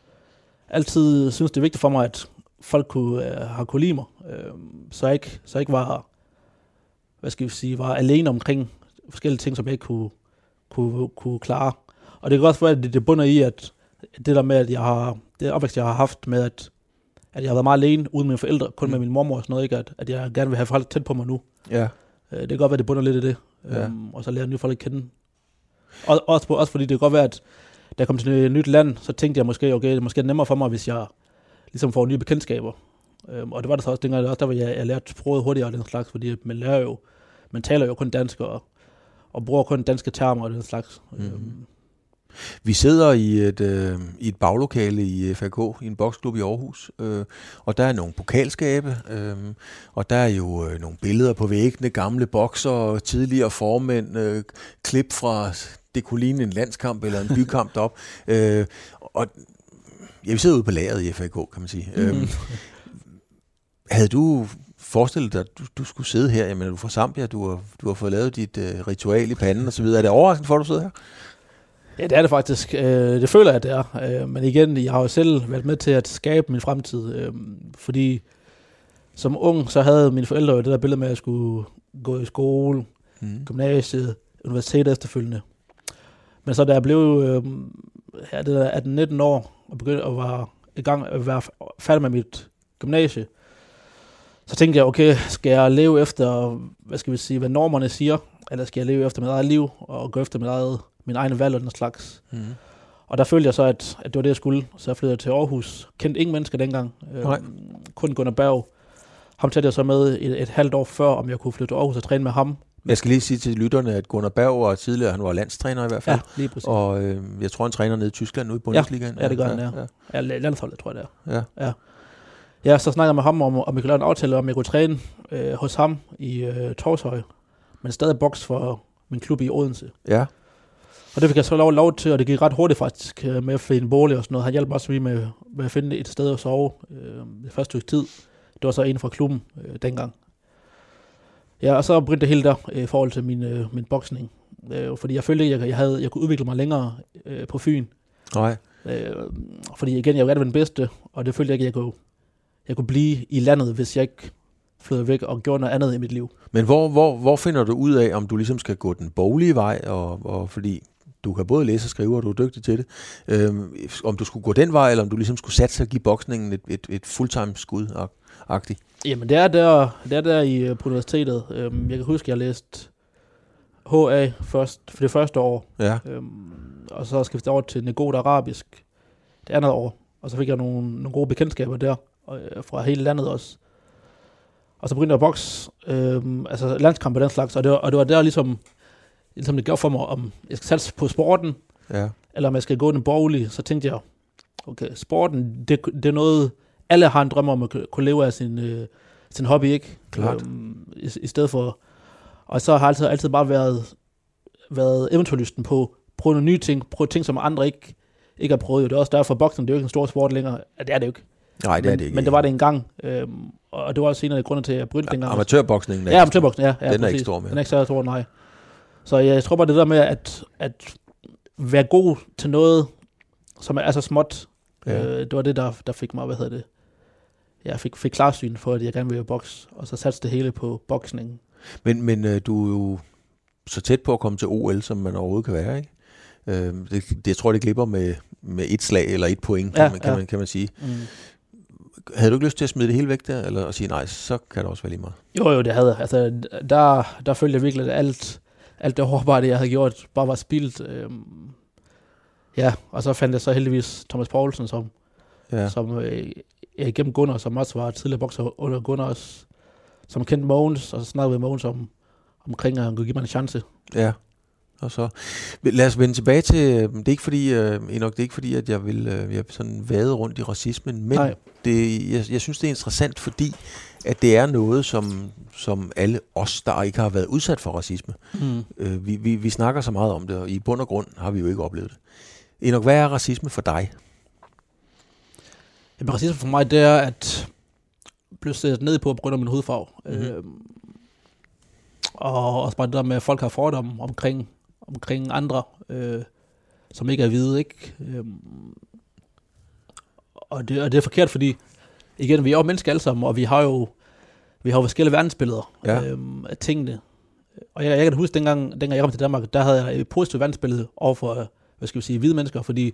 altid synes, det er vigtigt for mig, at folk kunne, øh, har kunne lide mig. Øh, så jeg ikke, så jeg ikke var, hvad skal vi sige, var alene omkring forskellige ting, som jeg ikke kunne, kunne, kunne klare. Og det kan også være, at det, det bunder i, at det der med, at jeg har, det opvækst, jeg har haft med, at, at jeg har været meget alene uden mine forældre, kun mm. med min mormor og sådan noget, ikke? At, at jeg gerne vil have folk tæt på mig nu. Ja. Det kan godt være, at det bunder lidt i det. Ja. Um, og så lære nye folk at kende. Og, også, på, også fordi det kan godt være, at da jeg kom til et nyt land, så tænkte jeg måske, okay, det er måske nemmere for mig, hvis jeg ligesom får nye bekendtskaber. Um, og det var det så også, dengang, det også der, hvor jeg, jeg lærte sproget hurtigere og den slags, fordi man lærer jo, man taler jo kun dansk og, og bruger kun danske termer og den slags. Mm-hmm. Um, Vi sidder i et, øh, i et baglokale i F A K, i en boksklub i Aarhus, øh, og der er nogle pokalskabe, øh, og der er jo øh, nogle billeder på væggene, gamle bokser, tidligere formænd, øh, klip fra, det kunne ligne en landskamp eller en bykamp derop. Øh, og ja, vi sidder ude på lageret i F A K, kan man sige. Mm. Øh, havde du forestillet dig, at du, du skulle sidde her? Jamen, er du fra Zambia, du har, du har fået lavet dit øh, ritual i panden og så videre. Er det overraskende for, at du sidder her? Ja, det er det faktisk. Øh, det føler jeg, at det er. Øh, men igen, jeg har jo selv været med til at skabe min fremtid. Øh, fordi som ung, så havde mine forældre jo det der billede med, at jeg skulle gå i skole, mm. gymnasiet, universitet efterfølgende. Men så da jeg blev øh, ja, det der atten nitten år, og begyndte at være i gang at være færdig med mit gymnasie, så tænkte jeg, okay, skal jeg leve efter, hvad skal vi sige, hvad normerne siger, eller skal jeg leve efter mit eget liv, og gå efter mit eget min egen valg og den slags. Mm. Og der følte jeg så, at, at det var det, jeg skulle. Så jeg flyttede til Aarhus. Kendte ingen mennesker dengang. Øhm, kun Gunnar Berg. Ham talte jeg så med et, et halvt år før, om jeg kunne flytte til Aarhus og træne med ham. Jeg skal lige sige til lytterne, at Gunnar Berg var tidligere, han var landstræner i hvert fald. Ja, lige præcis. Og øh, jeg tror, han træner nede i Tyskland nu i Bundesligaen. Ja, ja det gør han, ja. ja. ja landsholdet, tror jeg, det er. Ja. ja. Ja, så snakkede jeg med ham, om, om jeg kunne lave en aftale, om jeg kunne træne øh, hos ham i øh, Torshøj, men stadig boks for min klub i Odense. Ja. Og det fik jeg så lov, lov til, og det gik ret hurtigt faktisk med at finde en bolig og sådan noget. Han hjalp også med, med at finde et sted at sove øh, det første stykke tid. Det var så en fra klubben øh, dengang. Ja, og så begyndte det hele der øh, i forhold til min, øh, min boksning. Øh, fordi jeg følte ikke, at jeg, jeg, havde, jeg kunne udvikle mig længere øh, på Fyn. Nej. Øh, fordi igen, jeg var gerne den bedste, og det følte jeg ikke, at jeg kunne, jeg kunne blive i landet, hvis jeg ikke flyttede væk og gjorde noget andet i mit liv. Men hvor, hvor, hvor finder du ud af, om du ligesom skal gå den boglige vej, og, og fordi du kan både læse og skrive, og du er dygtig til det, øhm, om du skulle gå den vej, eller om du ligesom skulle satse og give boksningen et, et, et fulltime-skud-agtigt? Jamen, det er der, det er der i, på universitetet. Øhm, jeg kan huske, at jeg læste H A først, for det første år, ja. øhm, og så skiftede jeg over til Negot Arabisk det andet år, og så fik jeg nogle, nogle gode bekendtskaber der, og, øh, fra hele landet også. Og så begyndte jeg at bokse, øhm, altså landskamp og den slags, og det var, og det var der ligesom, ligesom det gjorde for mig, om jeg skal satse på sporten, ja. eller om jeg skal gå den borgerlige. Så tænkte jeg, okay, sporten, det, det er noget, alle har en drøm om at kunne leve af sin, øh, sin hobby, ikke? Klart. Øhm, i, I stedet for, og så har jeg altid, altid bare været, været eventyrlysten på, prøve nogle nye ting, prøve ting, som andre ikke, ikke har prøvet. Det er også derfor, boksning, det er jo ikke en stor sport længere. Ja, det er det jo ikke. Nej, det er men, det ikke. Men det var det engang, øhm, og det var også en af de grunde til, at jeg begyndte dengang. Amatørboksningen er ja, amatørboksning, ja, ja. Den præcis. er ikke stor mere. Den er ikke så stor, nej. Så jeg tror bare, det der med at, at være god til noget, som er så småt, ja. øh, det var det, der, der fik mig, hvad hedder det, jeg fik, fik klarsyn for, at jeg gerne ville bokse, og så satte det hele på boksningen. Men, men øh, du er jo så tæt på at komme til O L, som man overhovedet kan være, ikke? Øh, det, det, jeg tror, det glipper med, med et slag eller et point, ja, kan, man, kan, ja. man, kan man sige. Mm. Havde du ikke lyst til at smide det hele væk der, eller at sige nej, så kan det også være lige meget? Jo, jo, det havde jeg. Altså, der, der følte jeg virkelig, at alt, alt det hårdarbejde, jeg havde gjort, bare var spildt. Øhm, ja, og så fandt jeg så heldigvis Thomas Poulsen, som, ja. som øh, gennem Gunnar, som også var tidligere bokser under Gunnar, også, som kendte Mogens, og så snakkede med Mogens om, omkring, at han kunne give mig en chance. Ja, og så lad os vende tilbage til, det er ikke fordi, øh, Enoch, det er ikke fordi, at jeg vil øh, jeg sådan vade rundt i racismen, men det, jeg, jeg synes, det er interessant, fordi at det er noget, som, som alle os, der ikke har været udsat for racisme, mm. øh, vi, vi, vi snakker så meget om det, og i bund og grund har vi jo ikke oplevet det. Enoch, hvad er racisme for dig? Jamen, racisme for mig, det er at blive sættet ned på på grund af min hudfarve. Mm-hmm. Øh, og også bare det der med, at folk har fordomme omkring, omkring andre, øh, som ikke er hvide, ikke? Øh, og, det, og det er forkert, fordi igen, vi er jo mennesker alle sammen, og vi har jo vi har jo forskellige verdensbilleder ja. øh, af tingene. Og jeg, jeg kan huske, dengang, dengang jeg kom til Danmark, der havde jeg et positivt verdensbillede over for, hvad skal vi sige, hvide mennesker, fordi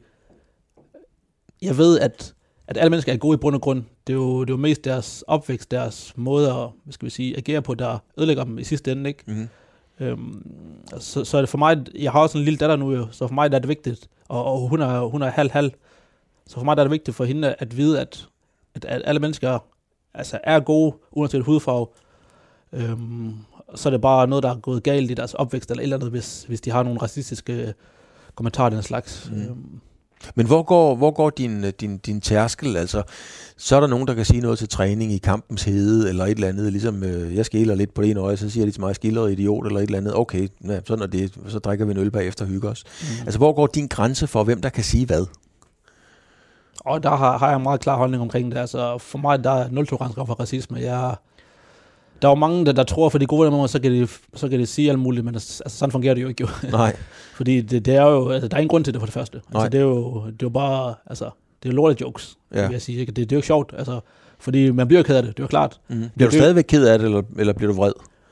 jeg ved, at at alle mennesker er gode i bund og grund. Det er jo, det er jo mest deres opvækst, deres måde at, hvad skal vi sige, agere på, der ødelægger dem i sidste ende, ikke? Mm-hmm. Øhm, så, så er det for mig, jeg har også en lille datter nu jo, så for mig der er det vigtigt, og, og hun er hun er halv-halv, så for mig der er det vigtigt for hende at vide, at, at, at alle mennesker altså er gode, uanset hudfarve. Øhm, så er det bare noget, der er gået galt i deres opvækst, eller et eller andet, hvis, hvis de har nogle racistiske kommentarer den slags. Mm. Øhm, Men hvor går, hvor går din, din, din tærskel? Altså, så er der nogen, der kan sige noget til træning i kampens hede, eller et eller andet, ligesom øh, jeg skiller lidt på det ene øje, så siger de til mig, skiller idiot, eller et eller andet. Okay, ja, sådan er det, så drikker vi en øl bagefter og hygger os. Mm. Altså, hvor går din grænse for, hvem der kan sige hvad? Og der har, har jeg en meget klar holdning omkring det. Altså, for mig, der er nul-tolerance for racisme. Jeg, der er jo mange, der, der tror, for de gode der, så kan de, så kan de sige alt muligt, men altså, sådan fungerer det jo ikke. Jo. Nej. Fordi det, det er jo, altså, der er ingen grund til det for det første. Altså, det er jo, det er jo bare, altså, det er jo lortet jokes, ja. Vil jeg sige. Ikke? Det, det er jo ikke sjovt, altså, fordi man bliver jo ked af det, det er jo klart. Mm. Bliver du stadigvæk ked af det, eller, eller bliver du vred?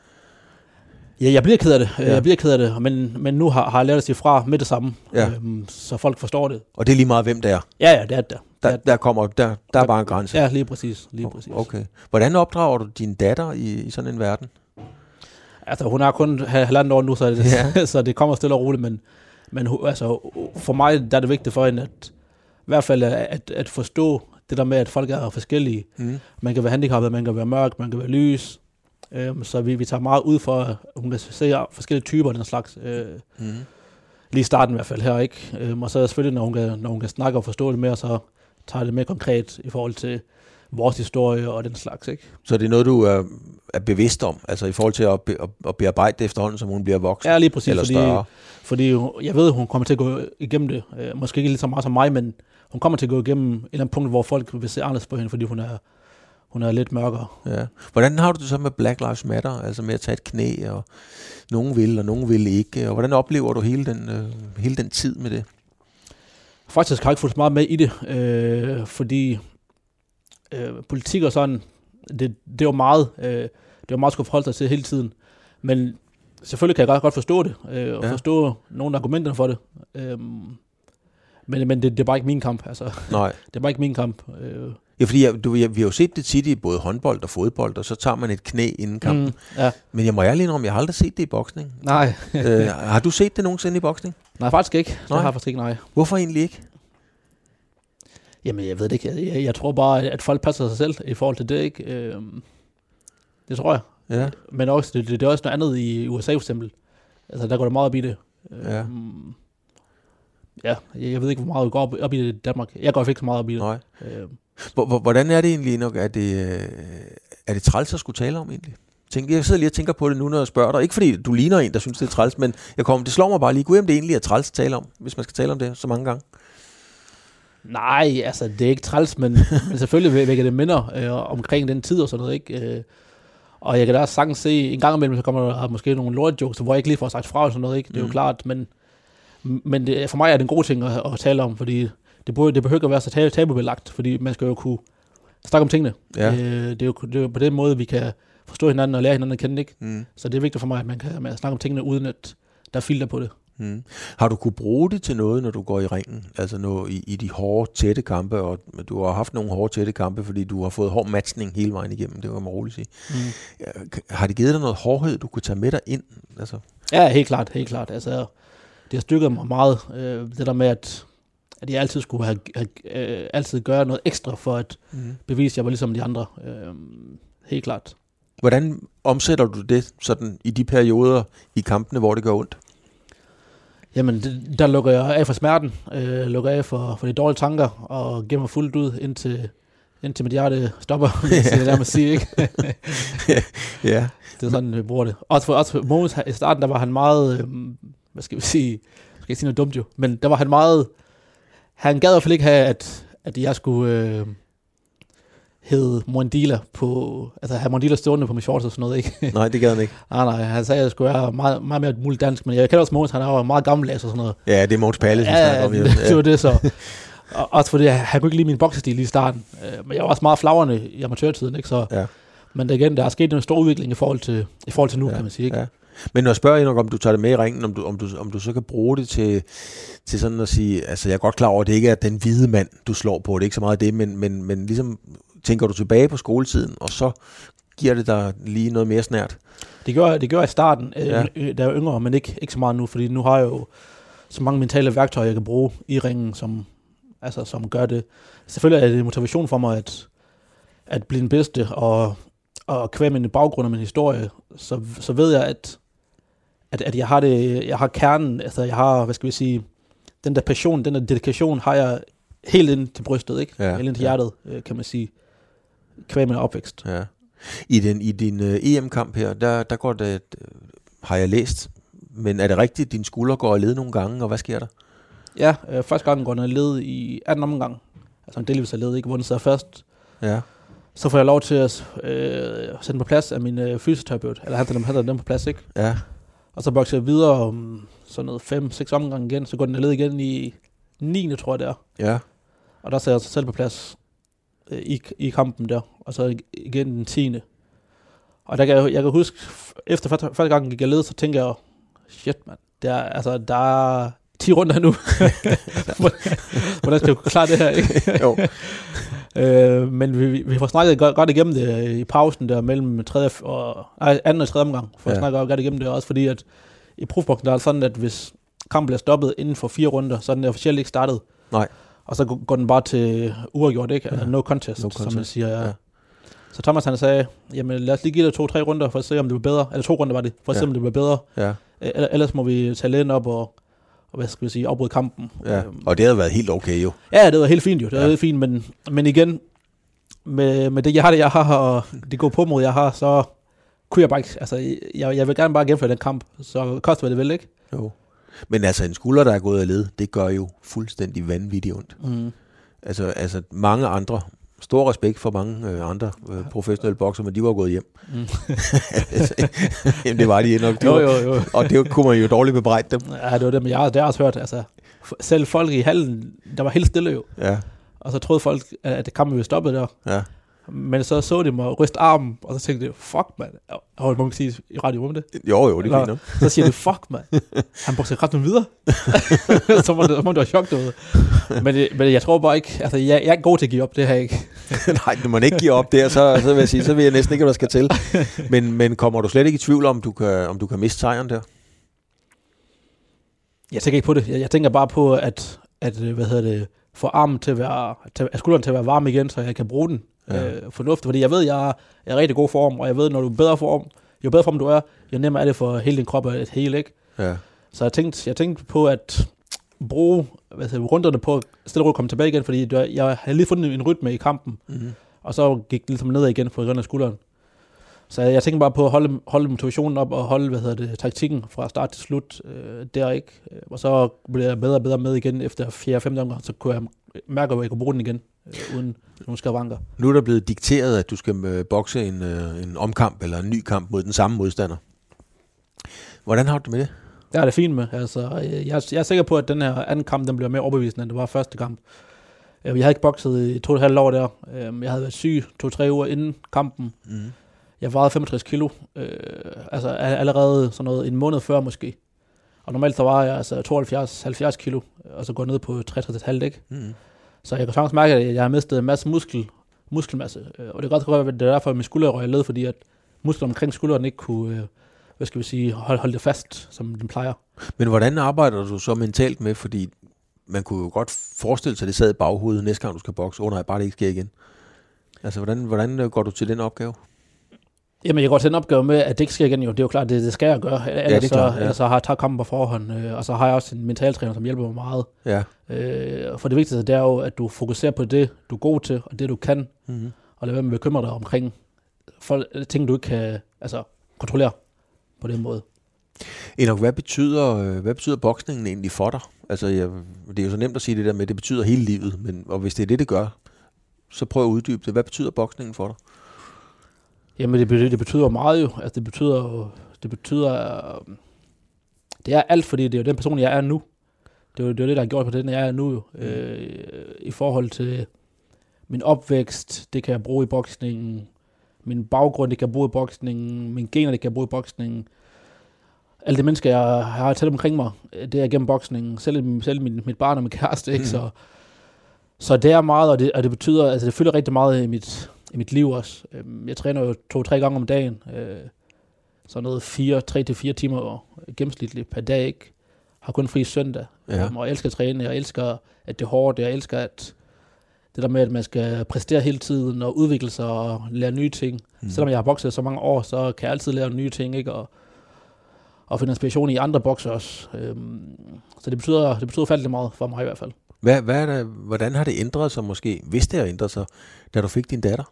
Ja, jeg bliver ked af det, ja. jeg bliver ked af det, men, men nu har, har jeg lært at sige fra med det samme, ja. øhm, så folk forstår det. Og det er lige meget, hvem det er? Ja, ja, det er det. Der, der, der kommer, der, der, der er bare en grænse? Ja, lige præcis, lige præcis. Okay. Hvordan opdrager du din datter i, i sådan en verden? Altså, hun er kun halvandet år nu, så det, ja. så det kommer stille og roligt, men, men altså, for mig der er det vigtigt for hende, at i hvert fald at, at forstå det der med, at folk er forskellige. Mm. Man kan være handicappet, man kan være mørk, man kan være lys. Øhm, så vi, vi tager meget ud for, at hun kan se forskellige typer af den slags. Øh, mm. Lige i starten i hvert fald her, ikke? Øhm, og så er det selvfølgelig, når hun, kan, når hun kan snakke og forstå det mere, så tager det mere konkret i forhold til vores historie og den slags, ikke? Så det er noget, du er, er bevidst om, altså i forhold til at, be, at bearbejde det efterhånden, som hun bliver voksen? Ja, lige præcis, eller fordi, større. fordi jeg ved, hun kommer til at gå igennem det. Øh, måske ikke lige så meget som mig, men hun kommer til at gå igennem et eller andet punkt, hvor folk vil se anderledes på hende, fordi hun er, hun er lidt mørkere. Ja. Hvordan har du det så med Black Lives Matter, altså med at tage et knæ, og nogen vil, og nogen vil ikke, og hvordan oplever du hele den, øh, hele den tid med det? Faktisk har jeg ikke fulgt meget med i det, øh, fordi øh, politik og sådan, det, det var meget, øh, det var meget skulle forholde sig til hele tiden. Men selvfølgelig kan jeg godt forstå det, øh, og ja. forstå nogle af argumenterne for det. Øh, men men det, det er bare ikke min kamp. Altså. Nej. Det er bare ikke min kamp. Øh. Ja, fordi jeg, du, jeg, vi har jo set det tit i både håndbold og fodbold, og så tager man et knæ inden kampen. Mm, ja. Men jeg må ærlig indrømme, jeg har aldrig set det i boksning. Nej. øh, har du set det nogensinde i boksning? Nej, faktisk ikke. Nej. Det har jeg faktisk ikke, nej. Hvorfor egentlig ikke? Jamen, jeg ved det ikke. Jeg, jeg tror bare, at folk passer sig selv i forhold til det, ikke? Øh, det tror jeg. Ja. Men også, det, det er også noget andet i U S A for eksempel. Altså, der går det meget op i det. Ja. Øh, ja, jeg ved ikke, hvor meget vi går op, op i det i Danmark. Jeg går ikke så meget op i det. Nej. Øh. Hvordan er det egentlig nok? Er det, er det træls at skulle tale om egentlig? Jeg sidder lige og tænker på det nu, når jeg spørger dig. Ikke fordi du ligner en, der synes, det er træls, men jeg kommer, det slår mig bare lige. Gud, om det egentlig er træls at tale om, hvis man skal tale om det så mange gange. Nej, altså det er ikke træls, men, men selvfølgelig vækker det minder øh, omkring den tid og sådan noget, ikke? Øh, og jeg kan da også sagtens se, en gang imellem, så kommer der måske nogle lortjokes, hvor jeg ikke lige får sagt fra og sådan noget, ikke? Det er mm. jo klart, men, men det, for mig er det en god ting at, at tale om, fordi det, burde, det behøver ikke at være så tabubelagt, fordi man skal jo kunne snakke om tingene. Ja. Øh, det, er jo, det er jo på den måde, vi kan forstå hinanden og lære hinanden at kende, ikke? Mm. Så det er vigtigt for mig, at man kan man snakke om tingene, uden at der er filter på det. Mm. Har du kunne bruge det til noget, når du går i ringen? Altså når, i, i de hårde, tætte kampe, og du har haft nogle hårde, tætte kampe, fordi du har fået hård matchning hele vejen igennem, det kan man roligt sige. Mm. Har det givet dig noget hårdhed, du kunne tage med dig ind? Altså? Ja, helt klart, helt klart. Altså, det har styrket mig meget, øh, det der med, at, at jeg altid skulle have, have øh, altid gøre noget ekstra for at mm. bevise, at jeg var ligesom de andre. Øh, helt klart. Hvordan omsætter du det sådan i de perioder i kampene, hvor det gør ondt? Jamen, det, der lukker jeg af for smerten, øh, lukker af for, for de dårlige tanker, og giver mig fuldt ud, indtil, indtil mit hjerte stopper, hvis jeg lader mig sige, ikke? Ja. Det er sådan, vi bruger det. Også for, også for Mogens, i starten, der var han meget, øh, hvad skal vi sige, skal jeg sige noget dumt jo, men der var han meget, han gad i hvert fald ikke have, at, at jeg skulle øh, hedde Morandila på, altså have Morandila stående på min shorts og sådan noget, ikke? Nej, det gad han ikke. Nej, nej, han sagde, at jeg skulle være meget, meget mere muligt dansk, men jeg kender også Mogens, han er jo meget gammeldags og sådan noget. Ja, det er Mogens Palle, som ja, snakker om. Ja, det, det var det så. Og også fordi, han kunne ikke lide min boksestil i starten, men jeg var også meget flagrende i amatørtiden, ikke? Så, ja. Men det, igen, der er sket en stor udvikling i forhold til, i forhold til nu, ja, kan man sige, ikke? Ja. Men når jeg spørger nok, om du tager det med i ringen, om du, om du, om du så kan bruge det til, til sådan at sige, altså jeg er godt klar over, at det ikke er den hvide mand, du slår på, det er ikke så meget det, men, men, men ligesom tænker du tilbage på skoletiden, og så giver det dig lige noget mere snært? Det gør, det gør jeg i starten, ja. øh, da jeg var yngre, men ikke, ikke så meget nu, fordi nu har jeg jo så mange mentale værktøjer, jeg kan bruge i ringen, som, altså, som gør det. Selvfølgelig er det motivation for mig, at, at blive den bedste, og, og kvæg min baggrund og min historie, så, så ved jeg, at At, at jeg har det, jeg har kernen, altså jeg har, hvad skal vi sige, den der passion, den der dedikation har jeg helt ind til brystet, ikke? Ja, helt ind til ja. hjertet, kan man sige, kvæg min opvækst. Ja. I den i din uh, E M-kamp her, der der går det, har jeg læst, men er det rigtigt, at dine skuldre går og led nogle gange, og hvad sker der? Ja, øh, første gang går den led i anden omgang, altså en delvis af led, ikke? Hvor den sidder fast. Ja. Så får jeg lov til at øh, sætte på plads af min øh, fysioterapeut, eller han tager dem på plads, ikke? Ja. Og så bokser jeg videre om sådan noget fem seks omgange igen, så går den ned igen i niende, tror jeg det er. Ja. Og der sætter jeg sig selv på plads øh, i, i kampen der, og så igen den tiende. Og der kan jeg, jeg kan huske, efter første, første gang gik jeg led, så tænker jeg, shit mand, der, altså, der er ti runder nu. Hvordan skal jeg kunne klare det her, ikke? Jo. øh, men vi, vi får snakket godt, godt igennem det i pausen der mellem tredje og, nej, anden og tredje omgang. For ja. at snakke godt igennem det også, fordi at i profboksen der er det sådan, at hvis kampen bliver stoppet inden for fire runder, så er den officielt ikke startet. Nej. Og så går den bare til uafgjort, ikke? Ja. Altså no contest, no contest, som man siger. Ja. Ja. Så Thomas han sagde, jamen lad os lige give det to-tre runder, for at se om det bliver bedre. Eller to runder var det, for at ja. se om det bliver bedre. Ja. Ellers må vi tage lægen op og og hvad skal vi sige, afbryde kampen. Ja, og det havde været helt okay jo. Ja, det var helt fint jo, det var ja. helt fint, men, men igen, med, med det jeg har, det jeg har, og det går på mod jeg har, så kunne jeg bare ikke, altså jeg, jeg vil gerne bare gennemføre den kamp, så koster det vel, ikke? Jo, men altså en skulder, der er gået af led, det gør jo fuldstændig vanvittigt ondt. Mm. Altså, altså mange andre, stor respekt for mange øh, andre øh, professionelle bokser, men de var gået hjem. Mm. Jamen, det var de nok. De jo, var, jo, jo. Og det kunne man jo dårligt bebrejde dem. Ja, det var det, men jeg har, det har jeg også hørt. Altså, selv folk i hallen, der var helt stille jo. Ja. Og så troede folk, at kampen ville stoppe der. Ja. Men så så de mig ryste armen, og så tænkte de, fuck mand. Og må man sige i radio, om det? Jo, jo, det er fint nok. Så siger de, fuck mand. Han bokser ret nu videre. så må det, så må det være chok derude. Men, det, men jeg tror bare ikke, altså jeg, jeg er god til at give op, det her ikke. Nej, når man ikke giver op der, så, så vil jeg sige, så vil jeg næsten ikke, hvad der skal til. Men, men kommer du slet ikke i tvivl om, du kan, om du kan miste sejren der? Jeg tænker ikke på det. Jeg, jeg tænker bare på, at, at hvad hedder det, få armen til at være, til, skulderen til at være varm igen, så jeg kan bruge den. Ja. Øh, fornuftigt, fordi jeg ved, jeg er, jeg er rigtig god form, og jeg ved, når du er bedre form, jo bedre form du er, jo nemmere er det for hele din krop at hele, ikke? Ja. Så jeg tænkte, jeg tænkte på at bruge hvad hedder, runderne på at stille og roligt komme tilbage igen, fordi jeg, jeg havde lige fundet en rytme i kampen, mm-hmm. og så gik det ligesom ned igen på grund af skulderen. Så jeg tænkte bare på at holde, holde motivationen op og holde hvad hedder det, taktikken fra start til slut øh, der, ikke? Og så blev jeg bedre og bedre med igen efter fjerde og femte omgang, så kunne jeg mærke, at jeg kunne bruge den igen, øh, uden nogle skavanker. Nu er der blevet dikteret, at du skal øh, bokse en, øh, en omkamp eller en ny kamp mod den samme modstander. Hvordan har du det med det? Det er det fint med. Altså, jeg, jeg er sikker på, at den her anden kamp, den bliver mere overbevisende, end det var første kamp. Jeg havde ikke bokset i to og et halvt år der. Jeg havde været syg to-tre uger inden kampen. Mm. Jeg vejede femogtres kilo. Øh, altså allerede sådan noget en måned før måske. Og normalt så var jeg altså tooghalvfjerds til halvfjerds kilo, og så går jeg ned på tres komma fem ikke? Mm. Så jeg kan sagtens mærke, at jeg har mistet en masse muskel, muskelmasse. Og det kan godt være, at det er derfor, at min skulder røg led, fordi at musklerne omkring skulderen ikke kunne, hvad skal vi sige, holde, holde det fast, som den plejer. Men hvordan arbejder du så mentalt med, fordi man kunne jo godt forestille sig, at det sad i baghovedet næste gang, du skal bokse, under at bare det ikke sker igen. Altså, hvordan, hvordan går du til den opgave? Jamen, jeg går til den opgave med, at det ikke sker igen jo. Det er jo klart, det, det skal jeg gøre. Ellers, ja, det er klart, ja. Ellers så har jeg taget kampen på forhånd, øh, og så har jeg også en mentaltræner, som hjælper mig meget. Ja. Øh, for det vigtigste, det er jo, at du fokuserer på det, du er god til, og det, du kan, mm-hmm. og lad være med at bekymre dig omkring for ting, du ikke kan altså, kontrollere på den måde. Enoch, hvad betyder, hvad betyder boksningen egentlig for dig? Altså, jeg, det er jo så nemt at sige det der med, at det betyder hele livet, men og hvis det er det, det gør, så prøv at uddybe det. Hvad betyder boksningen for dig? Jamen, det betyder, det betyder meget jo. Altså, det betyder, det betyder, det er alt, fordi det er jo den person, jeg er nu. Det er jo det, er det der har gjort på den, jeg er nu jo. Mm. Øh, I forhold til min opvækst, det kan jeg bruge i boksningen. Min baggrund, det kan jeg bruge i boksningen. Mine gener, det kan jeg bruge i boksningen. Alle de mennesker, jeg har tæt omkring mig, det er gennem boksningen. Selv, selv mit, mit barn og min kæreste, ikke? Mm. Så, så det er meget, og det, og det betyder, altså det fylder rigtig meget i mit, i mit liv også. Jeg træner jo to-tre gange om dagen. Så noget fire, tre til fire timer gennemsnitligt per dag, ikke? Har kun fri søndag. Ja. Og jeg elsker at træne, jeg elsker, at det er hårdt, jeg elsker, at det der med, at man skal præstere hele tiden og udvikle sig og lære nye ting. Mm. Selvom jeg har bokset så mange år, så kan jeg altid lære nye ting, ikke? Og og finde inspiration i andre bokser også. Øhm, så det betyder, det betyder faldt meget for mig i hvert fald. Hvad, hvad er det, hvordan har det ændret sig måske, hvis det har ændret sig, da du fik din datter?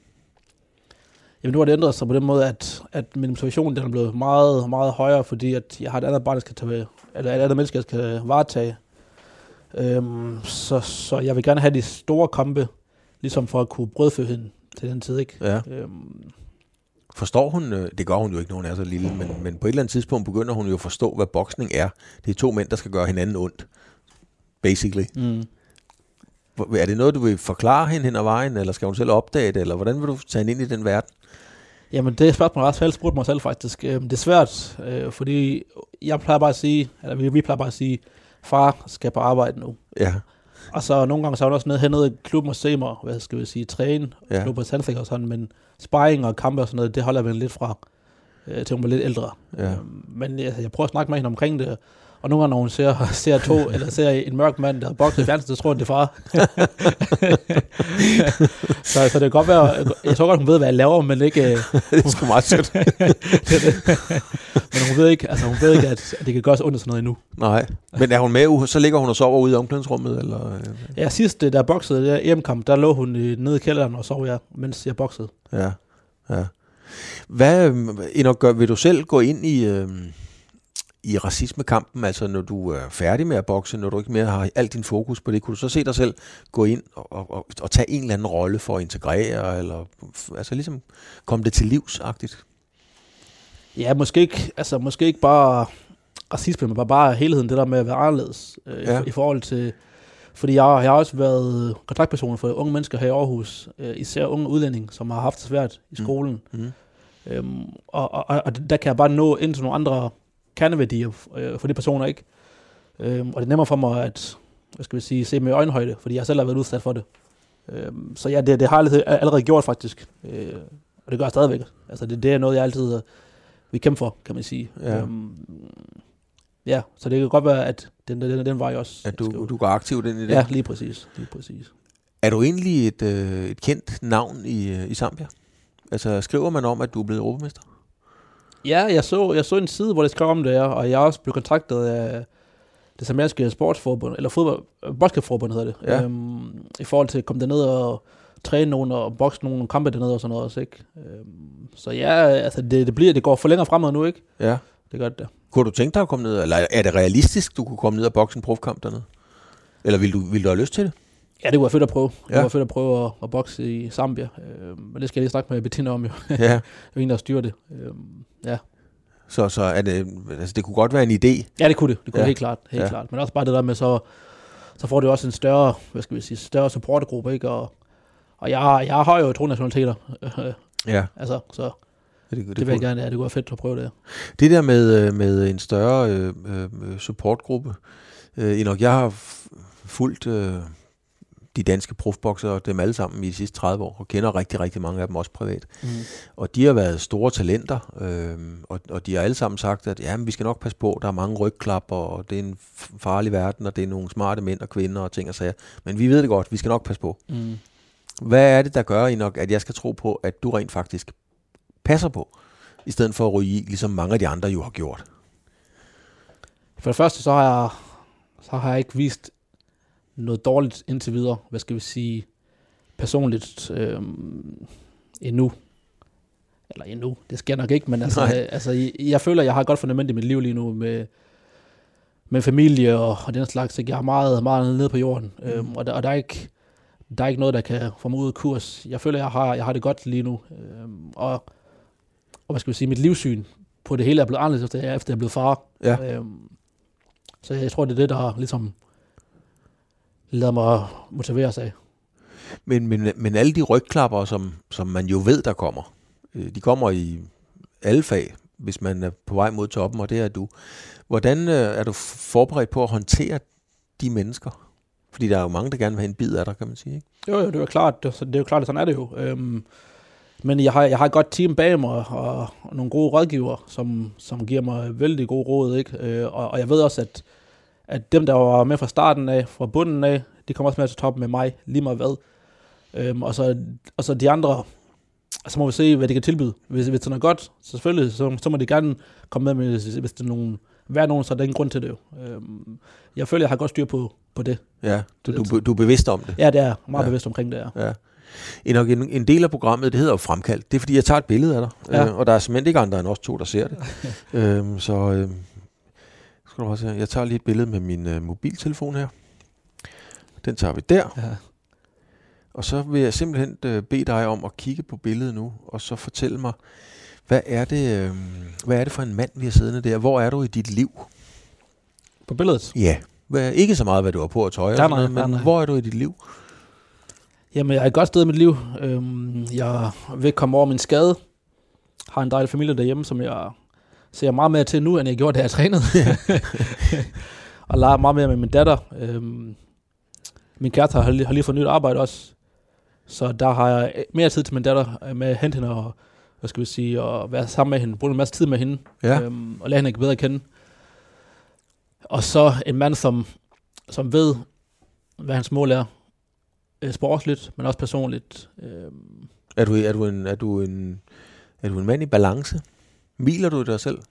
Jamen nu har det ændret sig på den måde, at, at min motivation den er blevet meget, meget højere, fordi at jeg har et andet barn, der skal tage, eller et andet menneske, jeg skal varetage. Øhm, så, så jeg vil gerne have de store kampe, ligesom for at kunne brødføde hende til den tid, ikke? Ja. Øhm, Forstår hun, det gør hun jo ikke, når hun er så lille, men, men på et eller andet tidspunkt begynder hun jo at forstå, hvad boksning er. Det er to mænd, der skal gøre hinanden ondt, basically. Mm. Er det noget, du vil forklare hende hen ad vejen, eller skal hun selv opdage det, eller hvordan vil du tage hende ind i den verden? Jamen, det er spørgsmål, jeg har selv spurgt mig selv faktisk. Det er svært, fordi jeg plejer bare at sige, eller vi plejer bare at sige, far skal på arbejde nu. Ja. Og så nogle gange så er hun også nede hernede i klubben og se mig, hvad skal vi sige, træne, ja. Klub og sandflæk og sådan, men sparring og kampe og sådan noget, det holder jeg lidt fra, øh, til hun bliver lidt ældre. Ja. Øhm, men jeg, jeg prøver at snakke med hende omkring det, og nogle gange, når hun ser, ser to, eller ser en mørk mand, der har bokset i fjernsynet, så tror hun, det er far. så, så det kan godt være, jeg tror godt, hun ved, hvad jeg laver, men ikke... det er sgu meget sødt. Men hun ved ikke, altså hun ved ikke, at, at det kan gøres ondt sådan noget endnu. Nej, men er hun med, så ligger hun og sover ude i omklædningsrummet, eller? Ja, sidst, da jeg boksede, der E M-kamp, der lå hun nede i kælderen og sov jeg, mens jeg boksede. Ja, ja. Hvad, Enoch, gør, vil du selv gå ind i... Øh, i racismekampen, altså når du er færdig med at bokse, når du ikke mere har alt din fokus på det, kunne du så se dig selv gå ind og, og, og, og tage en eller anden rolle for at integrere, eller altså ligesom komme det til livsagtigt? Ja, måske ikke, altså måske ikke bare racisme, men bare, bare helheden, det der med at være anderledes øh, ja. i, i forhold til, fordi jeg, jeg har også været kontaktperson for unge mennesker her i Aarhus, øh, især unge udlændinge, som har haft det svært i skolen, mm. Mm. Øhm, og, og, og der kan jeg bare nå ind til nogle andre kerneværdier øh, for de personer, ikke? Øhm, og det er nemmere for mig at, hvad skal vi sige, se med øjenhøjde, fordi jeg selv har været udsat for det. Øhm, så ja, det, det har jeg allerede gjort faktisk, øh, og det gør jeg stadigvæk. Altså det, det er noget, jeg altid øh, vil kæmpe for, kan man sige. Ja. Øhm, ja, så det kan godt være, at den, den, den vej også... At du, du går aktivt ind i det? Ja, lige præcis. Lige præcis. Er du egentlig et, øh, et kendt navn i, i Zambia? Altså skriver man om, at du er blevet europamester? Ja, jeg så, jeg så en side, hvor det skrev om det, og jeg også blev kontaktet af det zambianske sportsforbund, eller fodbold, basketforbund hedder det, ja. øhm, i forhold til at komme derned og træne nogen og bokse nogle kampe dernede og sådan noget også, ikke? Øhm, så ja, altså det, det, bliver, det går for længere fremad nu, ikke? Ja. Det gør det der. Kunne du tænke dig at komme ned, eller er det realistisk, du kunne komme ned og bokse en profkamp dernede? Eller vil du, vil du have lyst til det? Ja, det var fedt at prøve. Det ja. var fedt at prøve at, at bokse i Zambia. Øh, men det skal jeg lige snakke med Bettina om jo. Ja. Det er en, der styrer det. Øh, ja. Så, så er det, altså det kunne godt være en idé? Ja, det kunne det. Det kunne ja. helt klart. Helt ja. klart. Men også bare det der med, så, så får det også en større, hvad skal vi sige, større supportergruppe, ikke? Og, og jeg, jeg har jo to nationaliteter. Ja. Altså, så Det, det, det vil jeg gerne, ja, det kunne være fedt at prøve det. Det der med, med en større øh, øh, supportgruppe, øh, Enoch, jeg har f- fulgt øh, de danske profboksere, dem alle sammen i de sidste tredive år, og kender rigtig, rigtig mange af dem også privat. Mm. Og de har været store talenter, øh, og, og de har alle sammen sagt, at ja, men vi skal nok passe på, der er mange rygklapper, og det er en farlig verden, og det er nogle smarte mænd og kvinder og ting og sager. Men vi ved det godt, vi skal nok passe på. Mm. Hvad er det, der gør, Enoch, at jeg skal tro på, at du rent faktisk passer på, i stedet for at ryge i, ligesom mange af de andre jo har gjort? For det første, så har jeg, så har jeg ikke vist noget dårligt indtil videre, hvad skal vi sige, personligt øh, endnu. Eller endnu, det sker nok ikke, men altså, øh, altså jeg, jeg føler, jeg har et godt fundament i mit liv lige nu, med, med familie og, og den slags. Jeg er meget, meget nede på jorden, mm. øhm, og, der, og der, er ikke, der er ikke noget, der kan få mig ud af kurs. Jeg føler, jeg har, jeg har det godt lige nu, øhm, og, og hvad skal vi sige, mit livssyn på det hele er blevet anderledes, efter jeg, efter jeg er blevet far. Ja. Øhm, så jeg tror, det er det, der ligesom lader mig motivere sig. Men, men, men alle de rygklapper, som, som man jo ved, der kommer, de kommer i alle fag, hvis man er på vej mod toppen, og det er du. Hvordan er du forberedt på at håndtere de mennesker? Fordi der er jo mange, der gerne vil have en bid af dig, kan man sige, ikke? Jo, jo, det er jo klart, det, det er jo klart, sådan er det jo. Øhm, men jeg har, jeg har et godt team bag mig, og, og nogle gode rådgiver, som, som giver mig vældig gode råd, ikke? Øh, og, og jeg ved også, at, at dem, der var med fra starten af, fra bunden af, de kommer også med til toppen med mig, lige meget hvad. Øhm, og, så, og så de andre, så må vi se, hvad de kan tilbyde. Hvis, hvis det er godt, så selvfølgelig, så, så må de gerne komme med, hvis, hvis det er nogen, hver nogen, så er der ingen grund til det jo. Øhm, jeg føler, jeg har godt styr på, på det. Ja, du, du, du er bevidst om det? Ja, det er meget ja. bevidst omkring det, ja. ja. En, en del af programmet, det hedder jo Fremkaldt. Det er, fordi jeg tager et billede af dig, ja. øh, og der er simpelthen ikke andre end os to, der ser det. øhm, så øh, skal du bare se, jeg tager lige et billede med min øh, mobiltelefon her. Den tager vi der. Ja. Og så vil jeg simpelthen øh, bede dig om at kigge på billedet nu, og så fortælle mig, hvad er det, øh, hvad er det for en mand, vi har siddende der? Hvor er du i dit liv? På billedet? Ja. Hvad, ikke så meget, hvad du har på at tøje, nej, nej, men nej. Hvor er du i dit liv? Jamen, jeg er et godt sted i mit liv. Øhm, jeg vil komme over min skade. Har en dejlig familie derhjemme, som jeg ser meget mere til nu, end jeg gjorde, da jeg trænede. Og leger meget mere med min datter. Øhm, min kæreste har lige, har lige fået nyt arbejde også. Så der har jeg mere tid til min datter, med at hente hende og, hvad skal vi sige, og være sammen med hende, bruge en masse tid med hende, ja. øhm, og lade hende ikke bedre kende. Og så en mand, som, som ved, hvad hans mål er, øh, sportsligt, men også personligt. Øhm. Er du, er, du en, er, du en, er du en mand i balance? Hviler du dig selv?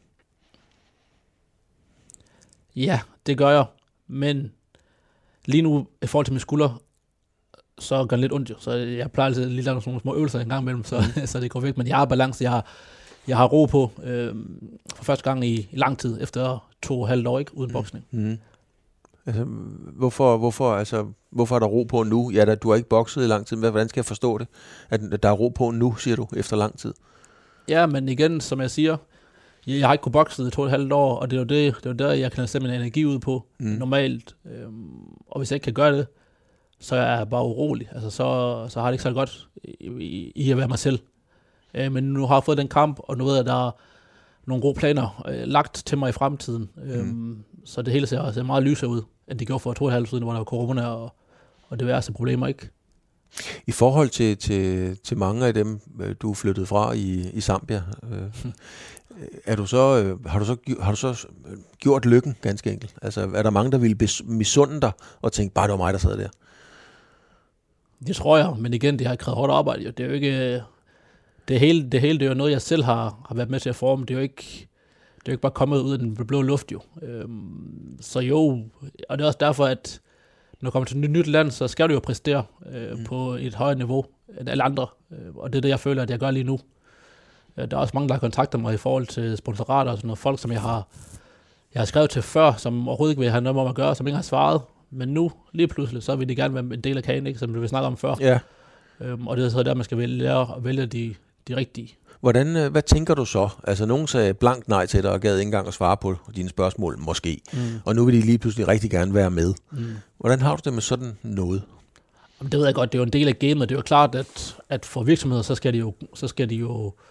Ja, det gør jeg, men lige nu, i forhold til mine skuldre, så gør det lidt ondt jo. Så jeg plejer altid lige at lave nogle små øvelser en gang imellem, så, så det går væk. Men jeg har balance, jeg har, jeg har ro på øh, for første gang i, i lang tid, efter to og et halvt år, ikke, uden boksning. Mm. Altså, hvorfor, hvorfor, altså, hvorfor er der ro på nu? Ja, da, du har ikke bokset i lang tid, men hvordan skal jeg forstå det? At der er ro på nu, siger du, efter lang tid? Ja, men igen, som jeg siger, jeg har ikke kunnet bokse i to og et halvt år, og det er jo det, det er jo der, jeg kan sætte min energi ud på, mm. normalt. Øhm, og hvis jeg ikke kan gøre det, så er jeg bare urolig. Altså, så, så har det ikke så godt i, i, i at være mig selv. Øh, men nu har jeg fået den kamp, og nu ved jeg, at der er nogle gode planer øh, lagt til mig i fremtiden. Mm. Øhm, så det hele ser, ser meget lysere ud, end det gjorde for to og et halvt siden, hvor der var corona og, og det værste problemer, ikke? I forhold til, til, til mange af dem, du er flyttet fra i, i Zambia, øh, er du så, øh, har, du så, har du så gjort lykken, ganske enkelt? Altså, er der mange, der ville misunde dig og tænke, bare det var mig, der sad der? Det tror jeg, men igen, det har krævet hårdt arbejde. Jo. Det er jo ikke... Det hele, det hele det er jo noget, jeg selv har, har været med til at forme. Det er jo ikke, det er jo ikke bare kommet ud af den blå luft, jo. Øhm, så jo, og det er også derfor, at når du kommer til et nyt, nyt land, så skal du jo præstere øh, mm. på et højere niveau end alle andre. Og det er det, jeg føler, at jeg gør lige nu. Der er også mange, der har kontaktet mig i forhold til sponsorater og sådan noget. Folk, som jeg har, jeg har skrevet til før, som overhovedet ikke vil have noget med at gøre, som ikke har svaret. Men nu, lige pludselig, så vil de gerne være en del af kagen, ikke, som vi snakker om før. Ja. Øhm, og det er så der, man skal vælge, lære at vælge de, de rigtige. Hvordan, hvad tænker du så? Altså, nogen sagde blankt nej til dig og gad ikke engang at svare på dine spørgsmål, måske. Mm. Og nu vil de lige pludselig rigtig gerne være med. Mm. Hvordan har du det med sådan noget? Jamen, det ved jeg godt, det er jo en del af gamet. Det er jo klart, at, at for virksomheder, så skal de jo, så skal de jo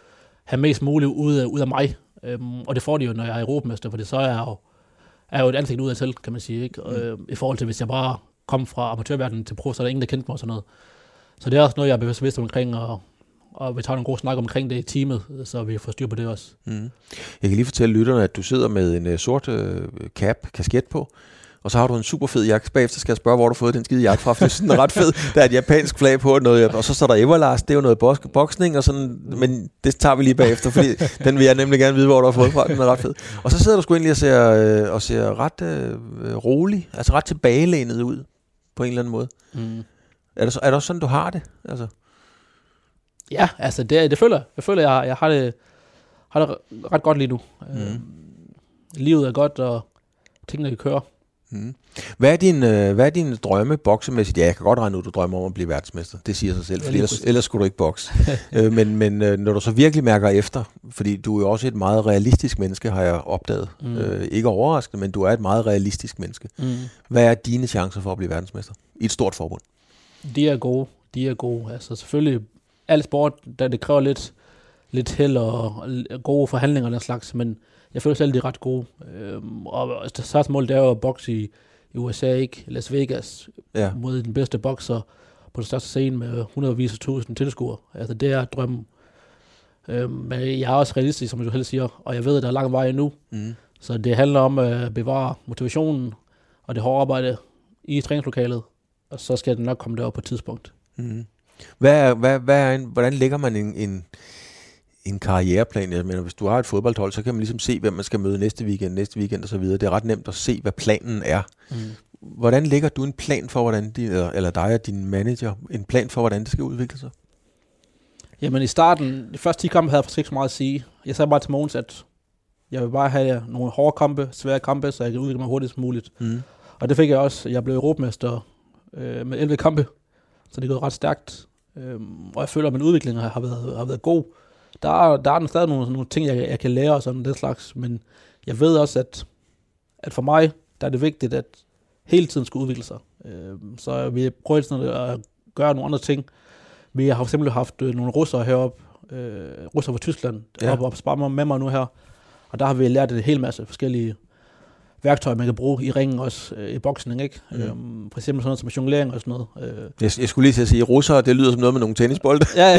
have mest muligt ud af, ud af mig. Øhm, og det får de jo, når jeg er europamester, for det så er jeg jo, er jo et ansigt ud af selv, kan man sige. Ikke? Mm. Øh, I forhold til, hvis jeg bare kom fra amatørverdenen til pro, så er der ingen, der kendte mig og sådan noget. Så det er også noget, jeg er bevidst omkring, og, og vi tager en god snak omkring det i teamet, så vi får styr på det også. Mm. Jeg kan lige fortælle lytterne, at du sidder med en uh, sort uh, cap, kasket på, og så har du en super fed jakke. Bagefter skal jeg spørge, hvor du har fået den skide jakke fra, for det er sådan ret fed. Der er et japansk flag på, noget, og så står der Everlast, det er jo noget boksning, og sådan, men det tager vi lige bagefter, fordi den vil jeg nemlig gerne vide, hvor du har fået fra. Den er ret fed. Og så sidder du sgu egentlig og ser, øh, og ser ret øh, rolig, altså ret tilbagelænet ud, på en eller anden måde. Mm. Er, det så, er det også sådan, du har det? Altså? Ja, altså det, det føler jeg. Jeg føler, jeg, jeg har, det, har det ret godt lige nu. Mm. Øh, livet er godt, og tingene kan køre. Mm. Hvad er din, øh, hvad er din drømme boksemæssigt? Ja, jeg kan godt regne ud, du drømmer om at blive verdensmester. Det siger sig selv, for ellers, ellers skulle du ikke bokse. øh, men men øh, når du så virkelig mærker efter, fordi du er jo også et meget realistisk menneske, har jeg opdaget. Mm. Øh, ikke overraskende, men du er et meget realistisk menneske. Mm. Hvad er dine chancer for at blive verdensmester i et stort forbund? De er gode. De er gode. Altså selvfølgelig, al sport, der det kræver lidt, lidt held og gode forhandlinger og den slags, men jeg føler selv, de er ret gode. Øhm, og det største mål, det er jo at bokse i, i U S A, ikke? Las Vegas, ja. Mod den bedste bokser på den største scene med hundredvis af tusind tilskuere. Altså, det er drømmen. Øhm, men jeg er også realistisk, som du selv siger, og jeg ved, at der er lang vej endnu. Mm. Så det handler om at bevare motivationen og det hårde arbejde i træningslokalet, og så skal det nok komme derop på et tidspunkt. Mm. Hvad er, hvad, hvad er en, hvordan lægger man en... en en karriereplan? Jeg mener, hvis du har et fodboldhold, så kan man ligesom se, hvem man skal møde næste weekend, næste weekend og så videre. Det er ret nemt at se, hvad planen er. Mm. Hvordan lægger du en plan for, hvordan de, eller, eller dig og din manager, en plan for, hvordan det skal udvikle sig? Jamen i starten, de første ti kampe havde jeg faktisk ikke så meget at sige. Jeg sagde bare til Mogens, at jeg vil bare have nogle hårde kampe, svære kampe, så jeg kan udvikle mig hurtigst muligt. Mm. Og det fik jeg også. Jeg blev europamester øh, med elleve kampe, så det er gået ret stærkt. Øhm, og jeg føler, at min udvikling har været, har været god. Der er, der er stadig nogle, nogle ting, jeg, jeg kan lære og sådan den slags, men jeg ved også, at, at for mig, der er det vigtigt, at hele tiden skal udvikle sig. Øh, så vi prøver sådan at gøre nogle andre ting. Vi har for eksempel haft øh, nogle russere heroppe, øh, russere fra Tyskland, ja. Oppe og spare med mig nu her, og der har vi lært en hel masse forskellige værktøjer, man kan bruge i ringen også, øh, i boksning, ikke? Mm. Øhm, for eksempel sådan noget som jonglering og sådan noget. Øh. Jeg, jeg skulle lige til at sige, russere, det lyder som noget med nogle tennisbolde. Ja,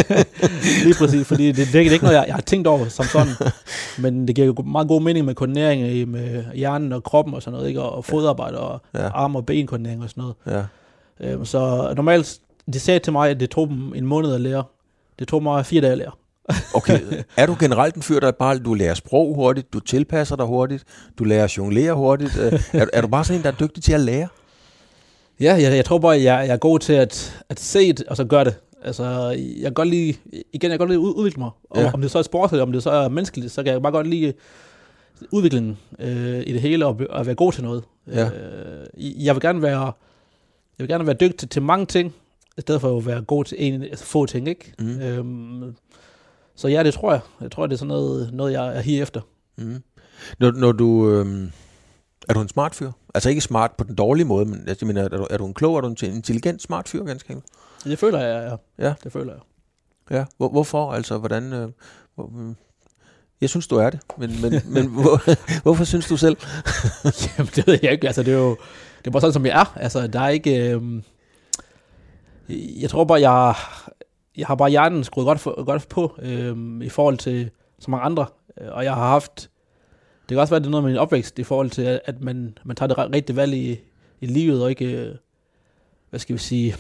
lige præcis, fordi det, det, det er ikke noget, jeg, jeg har tænkt over som sådan, men det giver jo meget god mening med koordinering i, med hjernen og kroppen og sådan noget, ikke? Og, og fodarbejde og ja. Arm- og benkoordinering og sådan noget. Ja. Øhm, så normalt, de sagde til mig, at det tog dem en måned at lære. Det tog mig fire dage at lære. Okay, er du generelt en fyr, der bare, du lærer sprog hurtigt, du tilpasser dig hurtigt, du lærer at jonglere hurtigt, er, er du bare sådan en, der er dygtig til at lære? Ja, jeg, jeg tror bare, jeg, jeg er god til at, at se det, og så gøre det. Altså, jeg kan godt lide, igen, jeg kan godt lide at udvikle mig. Og ja. Om det så er sport, eller om det så er menneskeligt, så kan jeg bare godt lide udviklingen øh, i det hele, og, og være god til noget. Ja. Øh, jeg vil gerne være, jeg vil gerne være dygtig til, til mange ting, i stedet for at være god til en, altså få ting, ikke? Mm. Øhm, Så ja, det tror jeg. Jeg tror, det er sådan noget, noget jeg er her efter. Mm. Når, når du... Øhm, er du en smart fyr? Altså ikke smart på den dårlige måde, men jeg mener, er, du, er du en klog, er du en intelligent smart fyr, ganske enkelt? Det føler jeg, ja. ja. Det føler jeg. Ja, Hvor, hvorfor? Altså, hvordan... Øh, hvor, jeg synes, du er det, men, men, men hvor, hvorfor synes du selv? Jamen, det ved jeg ikke. Altså, det er jo det er bare sådan, som jeg er. Altså, der er ikke... Øh, jeg tror bare, jeg... Jeg har bare hjernen skruet godt, for, godt på øh, i forhold til så mange andre. Og jeg har haft... Det kan også være, det er noget med min opvækst i forhold til, at man, man tager det rigtige valg i, i livet, og ikke... Hvad skal vi sige...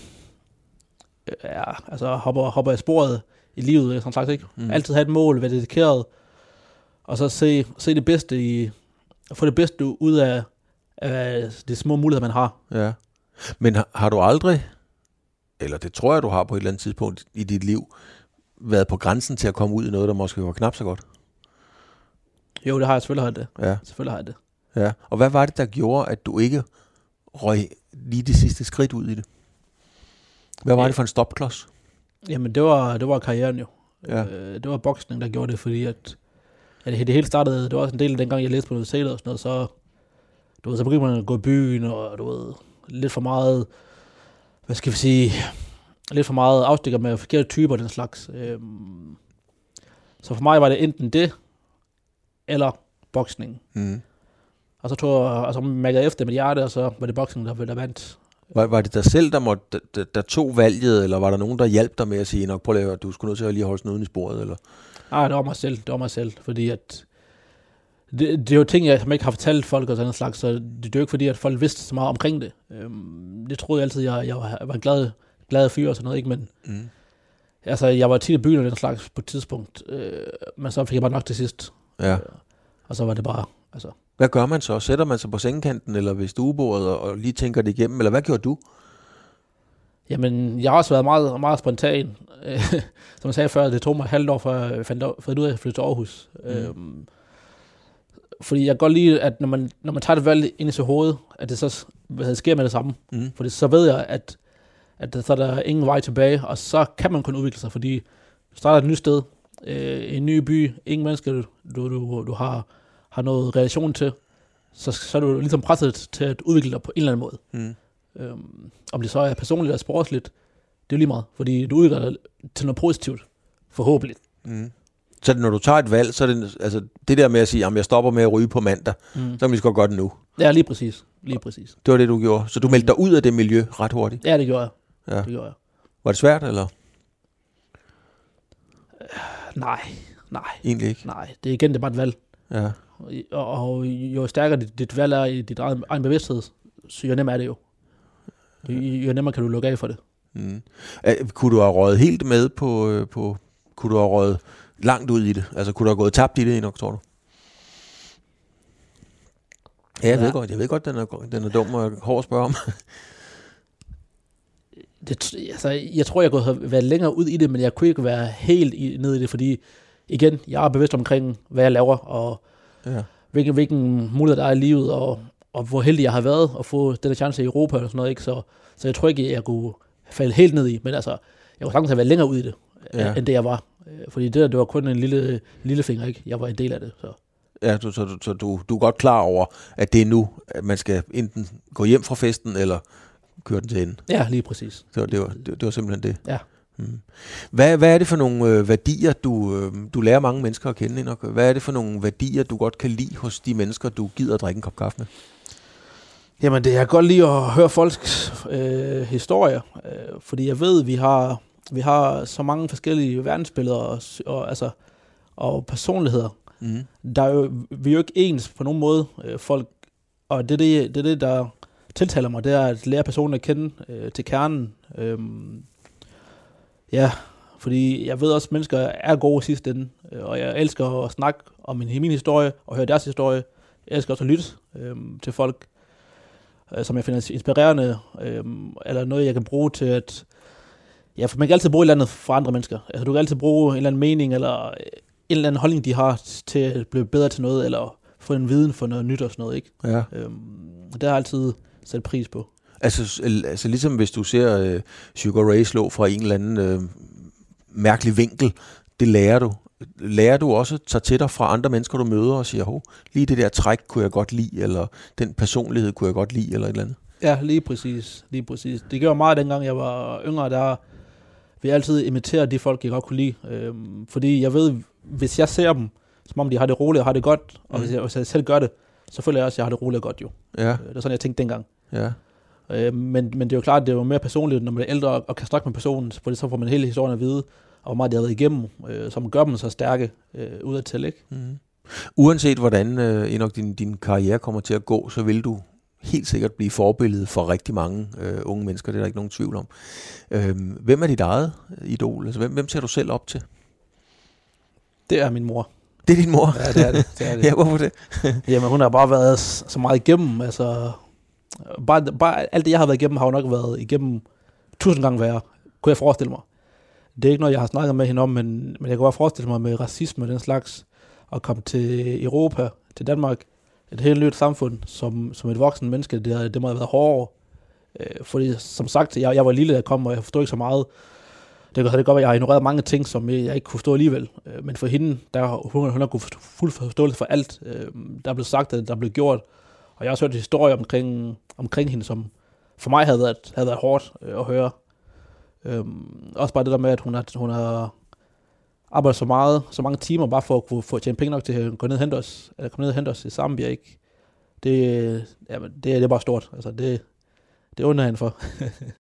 Ja, altså hopper, hopper af sporet i livet, som sagt, ikke? Mm. Altid have et mål, være dedikeret, og så se, se det bedste i... Få det bedste ud af, af de små muligheder, man har. Ja. Men har, har du aldrig... eller det tror jeg, du har på et eller andet tidspunkt i dit liv, været på grænsen til at komme ud i noget, der måske var knap så godt? Jo, det har jeg selvfølgelig har det. Ja. Selvfølgelig har jeg det. Ja. Og hvad var det, der gjorde, at du ikke røg lige det sidste skridt ud i det? Hvad var ja. det for en stopklods? Jamen, det var, det var karrieren jo. Ja. Øh, det var boksning, der gjorde det, fordi at, at det hele startede, det var også en del af dengang, jeg læste på noget sæler og sådan noget, så, du ved, så begyndte man at gå i byen, og du ved, lidt for meget... hvad skal vi sige, lidt for meget afstikker med forkerte typer og den slags. Øhm, Så for mig var det enten det, eller boksning. Mm. Og så tog jeg, og så mærkede jeg efter med hjerte, og så var det boksning, der, der vandt. Var, var det dig selv, der, måtte, der, der tog valget, eller var der nogen, der hjalp dig med at sige, nok prøv at lave, at du skulle nødt til at lige holde snuden i sporet? Eller? Nej, det var mig selv, det var mig selv, fordi at det, det er jo ting, jeg som ikke har fortalt folk og sådan noget slags, så det, det er jo ikke fordi, at folk vidste så meget omkring det. Øhm, det troede jeg altid, jeg, jeg var, var en glad, glad fyr og sådan noget, ikke? Men mm. altså, jeg var tit i byen og den slags på et tidspunkt, øh, men så fik jeg bare nok til sidst. Ja. Øh, og så var det bare, altså... Hvad gør man så? Sætter man sig på sengekanten eller ved stuebordet og, og lige tænker det igennem, eller hvad gjorde du? Jamen, jeg har også været meget, meget spontan. Som jeg sagde før, det tog mig et halvt år, før jeg fandt ud af at flytte til Aarhus. Mm. Øhm, fordi jeg kan godt lide, at når man, når man tager det valg ind i sit hoved, at det så hvad sker med det samme. Mm. Fordi så ved jeg, at, at så er der ingen vej tilbage, og så kan man kun udvikle sig, fordi du starter et nyt sted, øh, en ny by, ingen mennesker, du, du, du, du har, har noget relation til, så, så er du ligesom presset til at udvikle dig på en eller anden måde. Mm. Øhm, om det så er personligt eller sportsligt, det er jo lige meget, fordi du udvikler dig til noget positivt, forhåbentlig. Mm. Så når du tager et valg, så er det altså det der med at sige, at jeg stopper med at ryge på mandag, mm. så kan vi lige så godt gøre det nu. Ja, lige præcis. Lige præcis. Det var det, du gjorde. Så du meldte dig ud af det miljø ret hurtigt? Ja, det gjorde jeg. Ja. Det gjorde jeg. Var det svært, eller? Øh, nej, nej. Egentlig ikke? Nej, det er igen, det er bare et valg. Ja. Og, og jo stærkere dit, dit valg er i dit egen, egen bevidsthed, så jo nemmere er det jo. Jo, jo nemmere kan du lukke af for det. Mm. Æ, kunne du have røget helt med på, på... Kunne du have røget langt ud i det? Altså, kunne du have gået tabt i det nok, tror du? Ja, jeg ja. ved godt, jeg ved godt, den er, den er dum og hård at spørge om. det, altså, jeg tror, jeg kunne have været længere ud i det, men jeg kunne ikke være helt i, nede i det, fordi igen, jeg er bevidst omkring, hvad jeg laver, og ja. hvilken, hvilken mulighed der er i livet, og, og hvor heldig jeg har været at få den chance i Europa og sådan noget, ikke? Så, så jeg tror ikke, jeg kunne falde helt ned i, men altså, jeg kunne sagtens have været længere ud i det, ja. end det jeg var. Fordi det, det var kun en lille, lille finger, ikke? Jeg var en del af det, så... Ja, du, så, så du, du er godt klar over, at det er nu, at man skal enten gå hjem fra festen, eller køre den til enden. Ja, lige præcis. Det var, det var, det, det var simpelthen det. Ja. Hmm. Hvad, hvad er det for nogle øh, værdier, du, øh, du lærer mange mennesker at kende, nok? Hvad er det for nogle værdier, du godt kan lide hos de mennesker, du gider at drikke en kop kaffe med? Jamen, det er godt lide at høre folks øh, historier, øh, fordi jeg ved, vi har, vi har så mange forskellige verdensbilleder og, og, altså, og personligheder. Mm. Der er jo, vi er jo ikke ens på nogen måde, øh, folk, og det er det, det er det, der tiltaler mig, det er at lære personen at kende øh, til kernen. Øhm, ja, fordi jeg ved også, at mennesker er gode i sidste ende, øh, og jeg elsker at snakke om min, min historie, og høre deres historie. Jeg elsker også at lytte øh, til folk, øh, som jeg finder inspirerende, øh, eller noget, jeg kan bruge til at... Ja, for man kan altid bruge et eller andet for andre mennesker. Altså, du kan altid bruge en eller anden mening, eller en eller anden holdning, de har til at blive bedre til noget, eller få en viden for noget nyt og sådan noget, ikke? Ja. Øhm, det har jeg altid sat pris på. Altså, altså ligesom hvis du ser uh, Sugar Ray slå fra en eller anden uh, mærkelig vinkel, det lærer du. Lærer du også at tage til dig fra andre mennesker, du møder, og siger, hov, lige det der træk kunne jeg godt lide, eller den personlighed kunne jeg godt lide, eller et eller andet? Ja, lige præcis. Lige præcis. Det gjorde meget, dengang jeg var yngre, der vil jeg altid imitere de folk, jeg godt kunne lide. Øhm, fordi jeg ved, hvis jeg ser dem, som om de har det roligt og har det godt, og mm. hvis, jeg, hvis jeg selv gør det, så føler jeg også, at jeg har det roligt og godt jo. Ja. Det er sådan, jeg tænkte dengang. Ja. Øh, men, men det er jo klart, at det er jo mere personligt, når man er ældre og kan snakke med personen, fordi så får man hele historien at vide, og hvor meget de har været igennem, øh, som gør dem så stærke øh, udadtil, ikke? Mm. Uanset hvordan øh, Enok, din, din karriere kommer til at gå, så vil du helt sikkert blive forbillede for rigtig mange øh, unge mennesker, det er der ikke nogen tvivl om. Øh, hvem er dit eget idol? Altså, hvem, hvem ser du selv op til? Det er min mor. Det er din mor? Ja, det er det. det, er det. Ja, hvorfor det? Jamen, hun har bare været så meget igennem, altså... Bare, bare alt det, jeg har været igennem, har jo nok været igennem tusind gange værre, kunne jeg forestille mig. Det er ikke noget, jeg har snakket med hende om, men, men jeg kan bare forestille mig med racisme og den slags, at komme til Europa, til Danmark, et helt nyt samfund, som, som et voksen menneske, det, det må have været hårdere. Øh, fordi som sagt, jeg, jeg var lille, da jeg kom, og jeg forstod ikke så meget. Det kan det godt være, jeg har ignoreret mange ting, som jeg ikke kunne forstå alligevel. Øh, men for hende, der hun, hun har kunnet fuld forståelse for alt, øh, der blev sagt, der blev gjort. Og jeg har også hørt historier omkring, omkring hende, som for mig havde været, havde været hårdt øh, at høre. Øhm, også bare det der med, at hun har, hun har, arbejde så meget, så mange timer, bare for at kunne få tjene penge nok til at gå ned og hente os, eller komme ned og hente os i Zambia, ikke? Det, jamen, det, det er bare stort. Altså, det, det under han for.